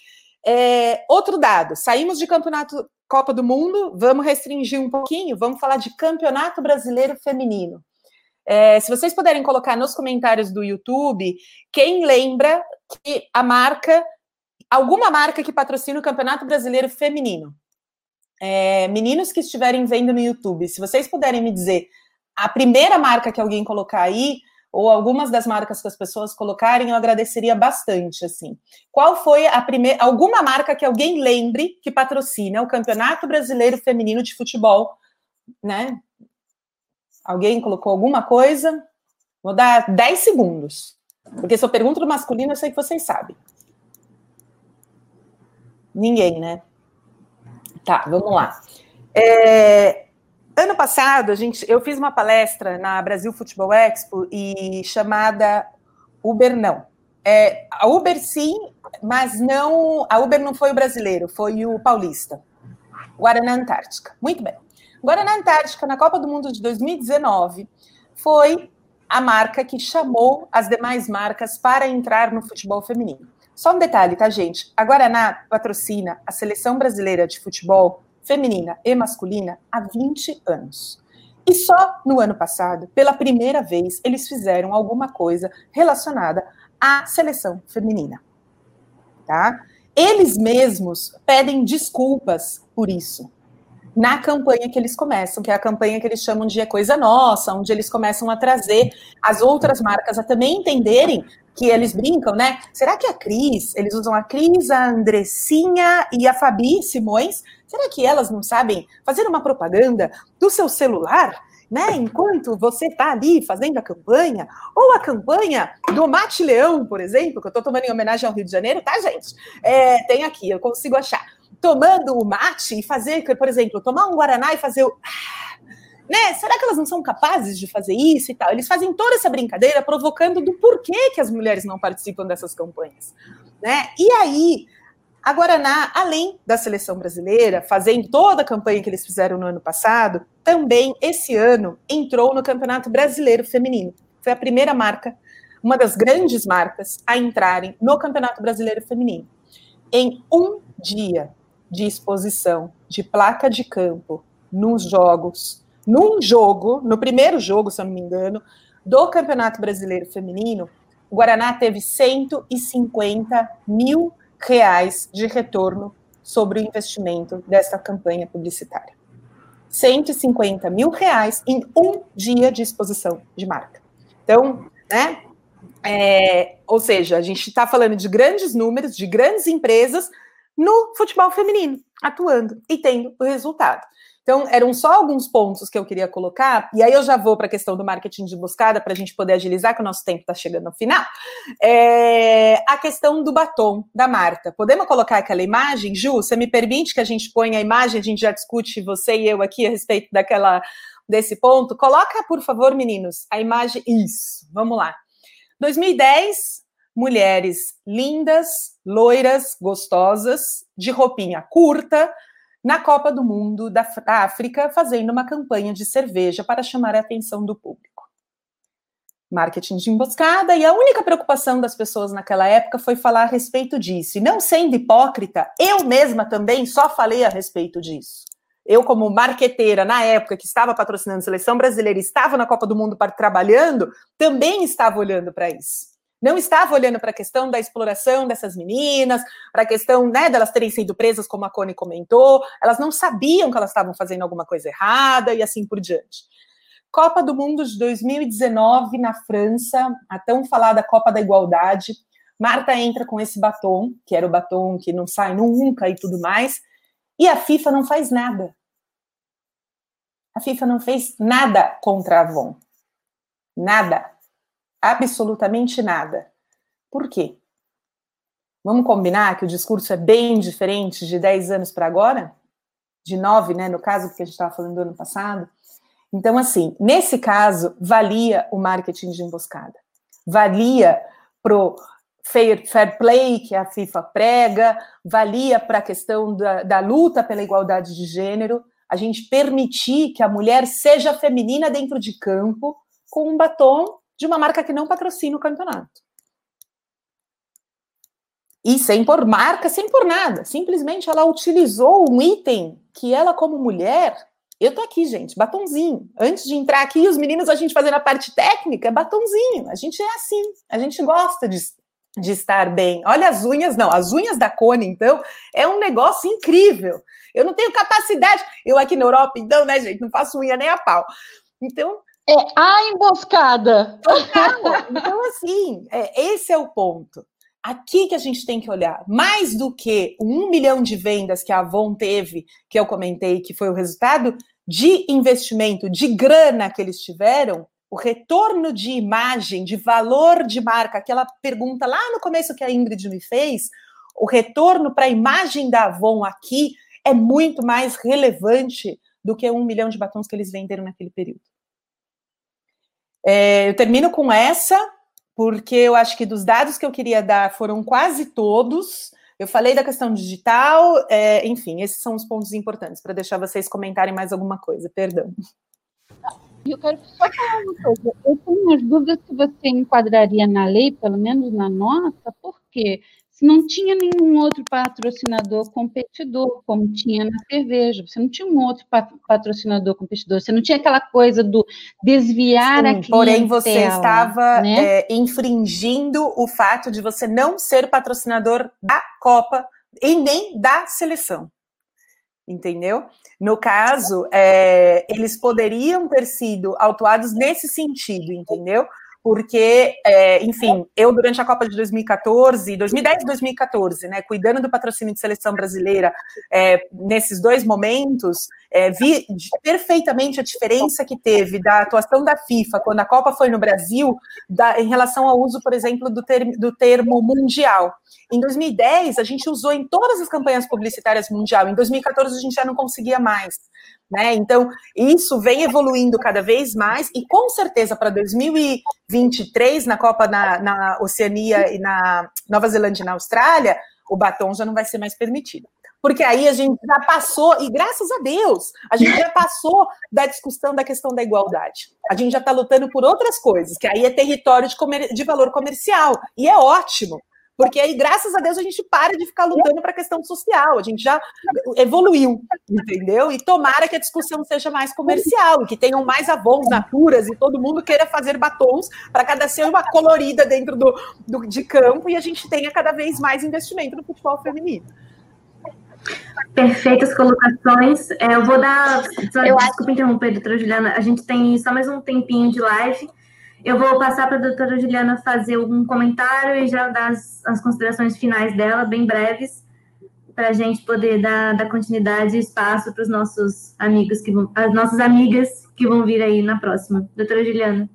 É, outro dado, saímos de campeonato Copa do Mundo, vamos restringir um pouquinho, vamos falar de Campeonato Brasileiro Feminino. É, se vocês puderem colocar nos comentários do YouTube, quem lembra que a marca, alguma marca que patrocina o Campeonato Brasileiro Feminino. É, meninos que estiverem vendo no YouTube, se vocês puderem me dizer a primeira marca que alguém colocar aí, ou algumas das marcas que as pessoas colocarem, eu agradeceria bastante, assim. Qual foi a primeira, alguma marca que alguém lembre que patrocina o Campeonato Brasileiro Feminino de Futebol, né? Alguém colocou alguma coisa? Vou dar dez segundos, porque se eu pergunto do masculino, eu sei que vocês sabem. Ninguém, né? Tá, vamos lá. É... Ano passado, a gente, eu fiz uma palestra na Brasil Futebol Expo e chamada Uber não. É, a Uber sim, mas não. A Uber não foi o brasileiro, foi o paulista. Guaraná Antártica. Muito bem. Guaraná Antártica, na Copa do Mundo de dois mil e dezenove, foi a marca que chamou as demais marcas para entrar no futebol feminino. Só um detalhe, tá, gente? A Guaraná patrocina a seleção brasileira de futebol feminina e masculina há vinte anos. E só no ano passado, pela primeira vez, eles fizeram alguma coisa relacionada à seleção feminina. Tá? Eles mesmos pedem desculpas por isso na campanha que eles começam, que é a campanha que eles chamam de É Coisa Nossa, onde eles começam a trazer as outras marcas a também entenderem que eles brincam, né? Será que a Cris, eles usam a Cris, a Andressinha e a Fabi Simões, será que elas não sabem fazer uma propaganda do seu celular, né? Enquanto você está ali fazendo a campanha, ou a campanha do Mate Leão, por exemplo, que eu estou tomando em homenagem ao Rio de Janeiro, tá, gente? É, tem aqui, eu consigo achar. Tomando o mate e fazer, por exemplo, tomar um Guaraná e fazer o... Né? Será que elas não são capazes de fazer isso e tal? Eles fazem toda essa brincadeira provocando do porquê que as mulheres não participam dessas campanhas. Né? E aí, a Guaraná, além da seleção brasileira, fazendo toda a campanha que eles fizeram no ano passado, também, esse ano, entrou no Campeonato Brasileiro Feminino. Foi a primeira marca, uma das grandes marcas, a entrarem no Campeonato Brasileiro Feminino. Em um dia de exposição de placa de campo nos jogos, num jogo, no primeiro jogo, se eu não me engano, do Campeonato Brasileiro Feminino, o Guaraná teve cento e cinquenta mil reais de retorno sobre o investimento dessa campanha publicitária. cento e cinquenta mil reais em um dia de exposição de marca. Então, né, é, ou seja, a gente está falando de grandes números, de grandes empresas no futebol feminino, atuando e tendo o resultado. Então, eram só alguns pontos que eu queria colocar, e aí eu já vou para a questão do marketing de emboscada, para a gente poder agilizar, que o nosso tempo está chegando ao final. É, a questão do batom da Marta. Podemos colocar aquela imagem? Ju, você me permite que a gente ponha a imagem, a gente já discute, você e eu aqui, a respeito daquela, desse ponto? Coloca, por favor, meninos, a imagem. Isso, vamos lá. dois mil e dez, mulheres lindas, loiras, gostosas, de roupinha curta, na Copa do Mundo da África, fazendo uma campanha de cerveja para chamar a atenção do público. Marketing de emboscada, e a única preocupação das pessoas naquela época foi falar a respeito disso. E não sendo hipócrita, eu mesma também só falei a respeito disso. Eu, como marqueteira, na época que estava patrocinando a seleção brasileira e estava na Copa do Mundo trabalhando, também estava olhando para isso. Não estava olhando para a questão da exploração dessas meninas, para a questão, né, delas terem sido presas, como a Cone comentou, elas não sabiam que elas estavam fazendo alguma coisa errada e assim por diante. Copa do Mundo de dois mil e dezenove na França, a tão falada Copa da Igualdade, Marta entra com esse batom, que era o batom que não sai nunca e tudo mais, e a FIFA não faz nada. A FIFA não fez nada contra a Avon. Nada. Absolutamente nada. Por quê? Vamos combinar que o discurso é bem diferente de dez anos para agora? De nove, né, no caso, porque a gente estava falando do ano passado. Então, assim, nesse caso, valia o marketing de emboscada. Valia pro fair, fair play que a FIFA prega, valia para a questão da, da luta pela igualdade de gênero, a gente permitir que a mulher seja feminina dentro de campo com um batom de uma marca que não patrocina o campeonato. E sem pôr marca, sem pôr nada. Simplesmente ela utilizou um item que ela, como mulher... Eu tô aqui, gente, batonzinho. Antes de entrar aqui, os meninos, a gente fazendo a parte técnica, batonzinho. A gente é assim, a gente gosta de, de estar bem. Olha as unhas, não, as unhas da Cone, então, é um negócio incrível. Eu não tenho capacidade. Eu aqui na Europa, então, né, gente, não faço unha nem a pau. Então... É a emboscada. Total. Então, assim, é, esse é o ponto. Aqui que a gente tem que olhar, mais do que o um milhão de vendas que a Avon teve, que eu comentei, que foi o resultado de investimento, de grana que eles tiveram, o retorno de imagem, de valor de marca, aquela pergunta lá no começo que a Ingrid me fez, o retorno para a imagem da Avon aqui é muito mais relevante do que um milhão de batons que eles venderam naquele período. É, eu termino com essa, porque eu acho que dos dados que eu queria dar foram quase todos. Eu falei da questão digital, é, enfim, esses são os pontos importantes, para deixar vocês comentarem mais alguma coisa, perdão. E eu quero só falar uma coisa, eu tenho umas dúvidas se você enquadraria na lei, pelo menos na nossa, por quê? Se não tinha nenhum outro patrocinador competidor, como tinha na cerveja, você não tinha um outro patrocinador competidor, você não tinha aquela coisa do desviar Sim, a clientela. Porém, você estava né? é, infringindo o fato de você não ser patrocinador da Copa e nem da seleção, entendeu? No caso, é, eles poderiam ter sido autuados nesse sentido, entendeu? Porque, é, enfim, eu durante a Copa de dois mil e quatorze, dois mil e dez e dois mil e quatorze, né, cuidando do patrocínio de seleção brasileira, é, nesses dois momentos, é, vi perfeitamente a diferença que teve da atuação da FIFA quando a Copa foi no Brasil, da, em relação ao uso, por exemplo, do, ter, do termo mundial. Em dois mil e dez, a gente usou em todas as campanhas publicitárias mundial, em dois mil e quatorze a gente já não conseguia mais. Né? Então, isso vem evoluindo cada vez mais e com certeza para dois mil e vinte e três, na Copa na, na Oceania e na Nova Zelândia e na Austrália, o batom já não vai ser mais permitido. Porque aí a gente já passou, e graças a Deus, a gente já passou da discussão da questão da igualdade. A gente já está lutando por outras coisas, que aí é território de, comer, de valor comercial, e é ótimo. Porque aí, graças a Deus, a gente para de ficar lutando para a questão social. A gente já evoluiu, entendeu? E tomara que a discussão seja mais comercial, que tenham mais Avons, Naturas, e todo mundo queira fazer batons para cada ser uma colorida dentro do, do, de campo, e a gente tenha cada vez mais investimento no futebol feminino. Perfeitas colocações. É, eu vou dar... Só, eu desculpa interromper, doutora Juliana. A gente tem só mais um tempinho de live. Eu vou passar para a doutora Juliana fazer um comentário e já dar as, as considerações finais dela, bem breves, para a gente poder dar, dar continuidade e espaço para os nossos amigos, que vão, as nossas amigas que vão vir aí na próxima. Doutora Juliana.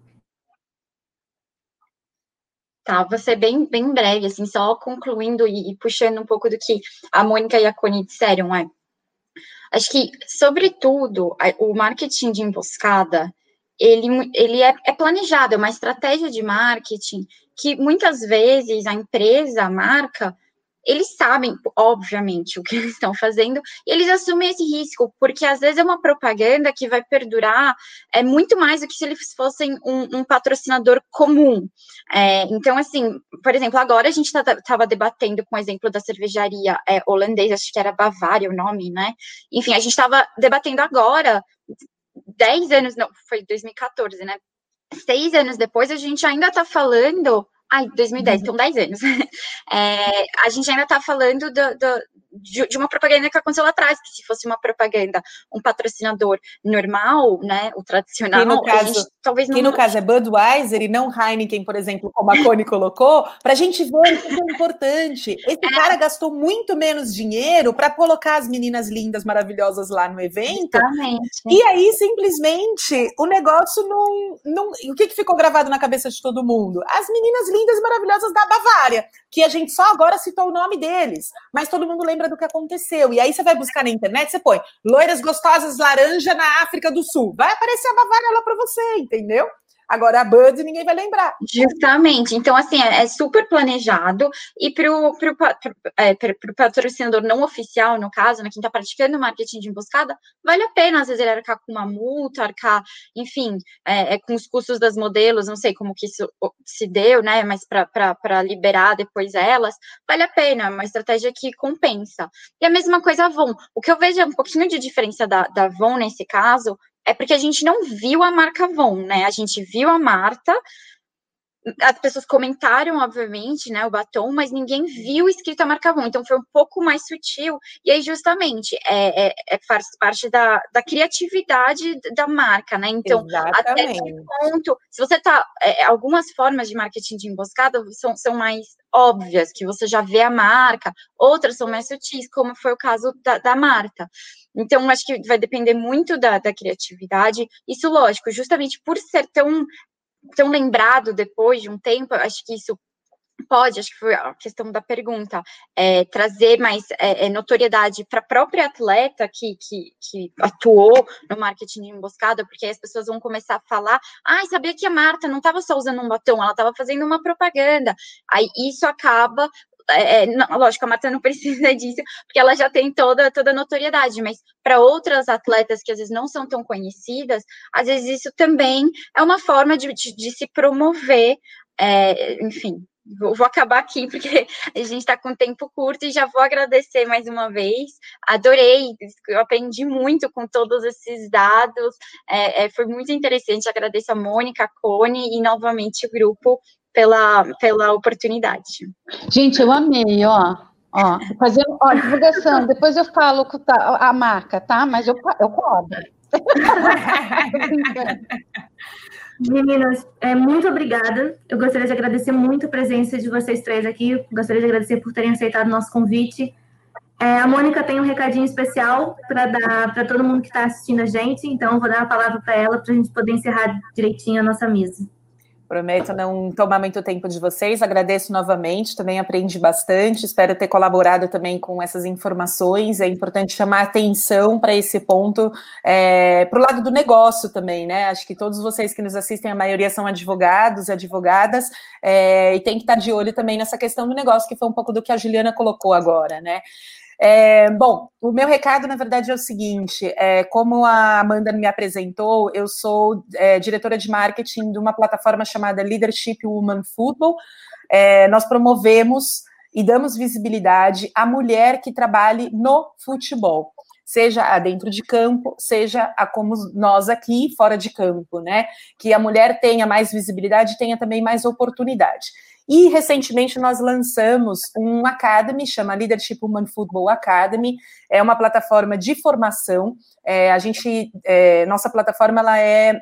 Tá, vou ser bem, bem breve, assim, só concluindo e, e puxando um pouco do que a Mônica e a Cone disseram, é. Acho que, sobretudo, o marketing de emboscada, ele, ele é, é planejado, é uma estratégia de marketing que, muitas vezes, a empresa, a marca, eles sabem, obviamente, o que eles estão fazendo, e eles assumem esse risco, porque, às vezes, é uma propaganda que vai perdurar é muito mais do que se eles fossem um, um patrocinador comum. É, então, assim, por exemplo, agora a gente estava tá, debatendo com o exemplo da cervejaria é, holandesa, acho que era Bavária o nome, né? Enfim, a gente estava debatendo agora, dez anos, não, foi dois mil e quatorze, né? Seis anos depois, a gente ainda está falando... Ai, dois mil e dez, uhum. Então dez anos. É, a gente ainda está falando do, do, de, de uma propaganda que aconteceu lá atrás, que se fosse uma propaganda, um patrocinador normal, né, o tradicional, que no caso, a gente talvez não... Que no caso é Budweiser e não Heineken, por exemplo, como a Cone colocou, para a gente ver o que é importante. Esse é. cara gastou muito menos dinheiro para colocar as meninas lindas, maravilhosas lá no evento. Exatamente. E aí, simplesmente, o negócio não... não o que, que ficou gravado na cabeça de todo mundo? As meninas lindas, maravilhosas da Bavária, que a gente só agora citou o nome deles, mas todo mundo lembra do que aconteceu. E aí você vai buscar na internet, você põe loiras gostosas laranja na África do Sul. Vai aparecer a Bavária lá para você, entendeu? Agora a Bud ninguém vai lembrar. Justamente. Então, assim, é, é super planejado. E para o é, patrocinador não oficial, no caso, né, quem está praticando marketing de emboscada, vale a pena, às vezes, ele arcar com uma multa, arcar, enfim, é, é, com os custos das modelos, não sei como que isso se deu, né, mas para liberar depois elas, vale a pena, é uma estratégia que compensa. E a mesma coisa a Avon. O que eu vejo é um pouquinho de diferença da, da Avon nesse caso, é porque a gente não viu a marca Avon, né? A gente viu a Marta, as pessoas comentaram, obviamente, né, o batom, mas ninguém viu escrito a marca Avon, então foi um pouco mais sutil, e aí justamente é, é, é faz parte da, da criatividade da marca, né, então Exatamente. Até esse ponto, se você tá, é, algumas formas de marketing de emboscada são, são mais óbvias, que você já vê a marca, outras são mais sutis, como foi o caso da, da Marta. Então, acho que vai depender muito da, da criatividade, isso, lógico, justamente por ser tão tão lembrado depois de um tempo, acho que isso pode, acho que foi a questão da pergunta, é, trazer mais é, notoriedade para a própria atleta que, que, que atuou no marketing de emboscada, porque aí as pessoas vão começar a falar, ah, sabia que a Marta não estava só usando um batom, ela estava fazendo uma propaganda, aí isso acaba... É, não, lógico, a Marta não precisa disso, porque ela já tem toda, toda a notoriedade, mas para outras atletas que às vezes não são tão conhecidas, às vezes isso também é uma forma de, de, de se promover, é, enfim, vou, vou acabar aqui, porque a gente está com tempo curto e já vou agradecer mais uma vez, adorei, eu aprendi muito com todos esses dados, é, é, foi muito interessante, agradeço a Mônica, a Cone e novamente o grupo Pela, pela oportunidade. Gente, eu amei, ó, ó, fazer, ó, divulgação, depois eu falo a marca, tá? Mas eu, eu cobro. Meninas, é, muito obrigada. Eu gostaria de agradecer muito a presença de vocês três aqui. Gostaria de agradecer por terem aceitado o nosso convite. É, a Mônica tem um recadinho especial para dar para todo mundo que está assistindo a gente, então eu vou dar a palavra para ela para a gente poder encerrar direitinho a nossa mesa. Prometo não tomar muito tempo de vocês, agradeço novamente, também aprendi bastante, espero ter colaborado também com essas informações, é importante chamar atenção para esse ponto, é, para o lado do negócio também, né, acho que todos vocês que nos assistem, a maioria são advogados e advogadas, é, e tem que estar de olho também nessa questão do negócio, que foi um pouco do que a Juliana colocou agora, né. É, bom, o meu recado, na verdade, é o seguinte, é, como a Amanda me apresentou, eu sou é, diretora de marketing de uma plataforma chamada Leadership Woman Football, é, nós promovemos e damos visibilidade à mulher que trabalhe no futebol, seja a dentro de campo, seja a como nós aqui, fora de campo, né, que a mulher tenha mais visibilidade e tenha também mais oportunidade. E, recentemente, nós lançamos um Academy, chama Leadership Woman Football Academy, é uma plataforma de formação, é, a gente, é, nossa plataforma, ela é,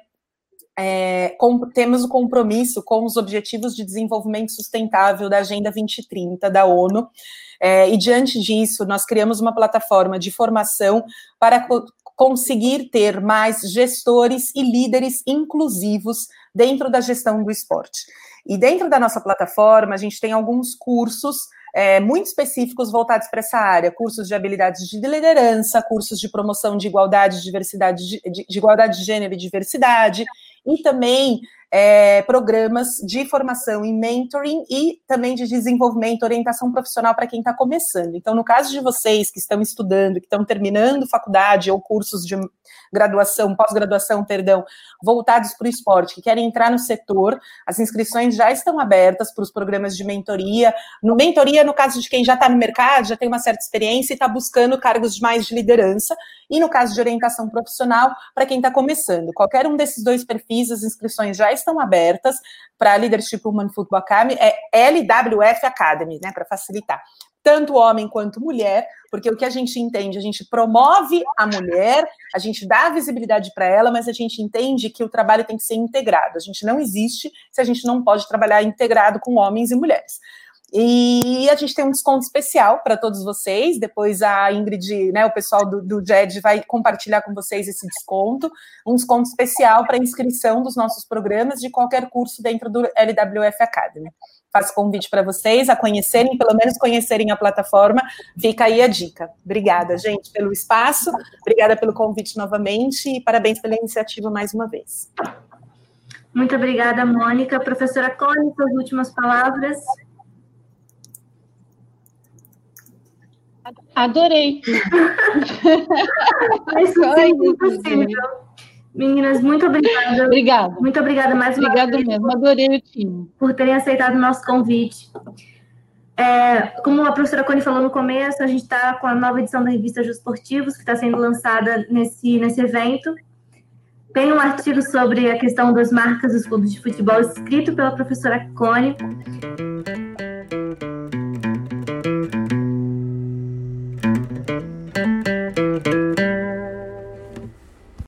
é com, temos o compromisso com os Objetivos de Desenvolvimento Sustentável da Agenda vinte e trinta da ONU, é, e diante disso, nós criamos uma plataforma de formação para co- conseguir ter mais gestores e líderes inclusivos dentro da gestão do esporte. E dentro da nossa plataforma, a gente tem alguns cursos é, muito específicos voltados para essa área, cursos de habilidades de liderança, cursos de promoção de igualdade, diversidade, de, de, de igualdade de gênero e diversidade, e também é, programas de formação em mentoring e também de desenvolvimento, orientação profissional para quem está começando. Então, no caso de vocês que estão estudando, que estão terminando faculdade ou cursos de graduação, pós-graduação, perdão, voltados para o esporte, que querem entrar no setor, as inscrições já estão abertas para os programas de mentoria. No mentoria, no caso de quem já está no mercado, já tem uma certa experiência e está buscando cargos mais de liderança, e no caso de orientação profissional, para quem está começando. Qualquer um desses dois perfis, as inscrições já estão abertas para a Leadership Woman Football Academy, é L W F Academy, né, para facilitar. Tanto homem quanto mulher, porque o que a gente entende, a gente promove a mulher, a gente dá visibilidade para ela, mas a gente entende que o trabalho tem que ser integrado. A gente não existe se a gente não pode trabalhar integrado com homens e mulheres. E a gente tem um desconto especial para todos vocês, depois a Ingrid, né, o pessoal do, do J E D vai compartilhar com vocês esse desconto, um desconto especial para inscrição dos nossos programas de qualquer curso dentro do L W F Academy. Faço convite para vocês a conhecerem, pelo menos conhecerem a plataforma, fica aí a dica. Obrigada, gente, pelo espaço, obrigada pelo convite novamente e parabéns pela iniciativa mais uma vez. Muito obrigada, Mônica. Professora Cone, suas últimas palavras. Adorei. Mas isso é impossível. Meninas, muito obrigada. Obrigada. Muito obrigada mais uma Obrigada vez. mesmo, adorei o time. Por terem aceitado o nosso convite. É, como a professora Cone falou no começo, a gente está com a nova edição da revista Jusportivos, que está sendo lançada nesse, nesse evento. Tem um artigo sobre a questão das marcas dos clubes de futebol escrito pela professora Cone.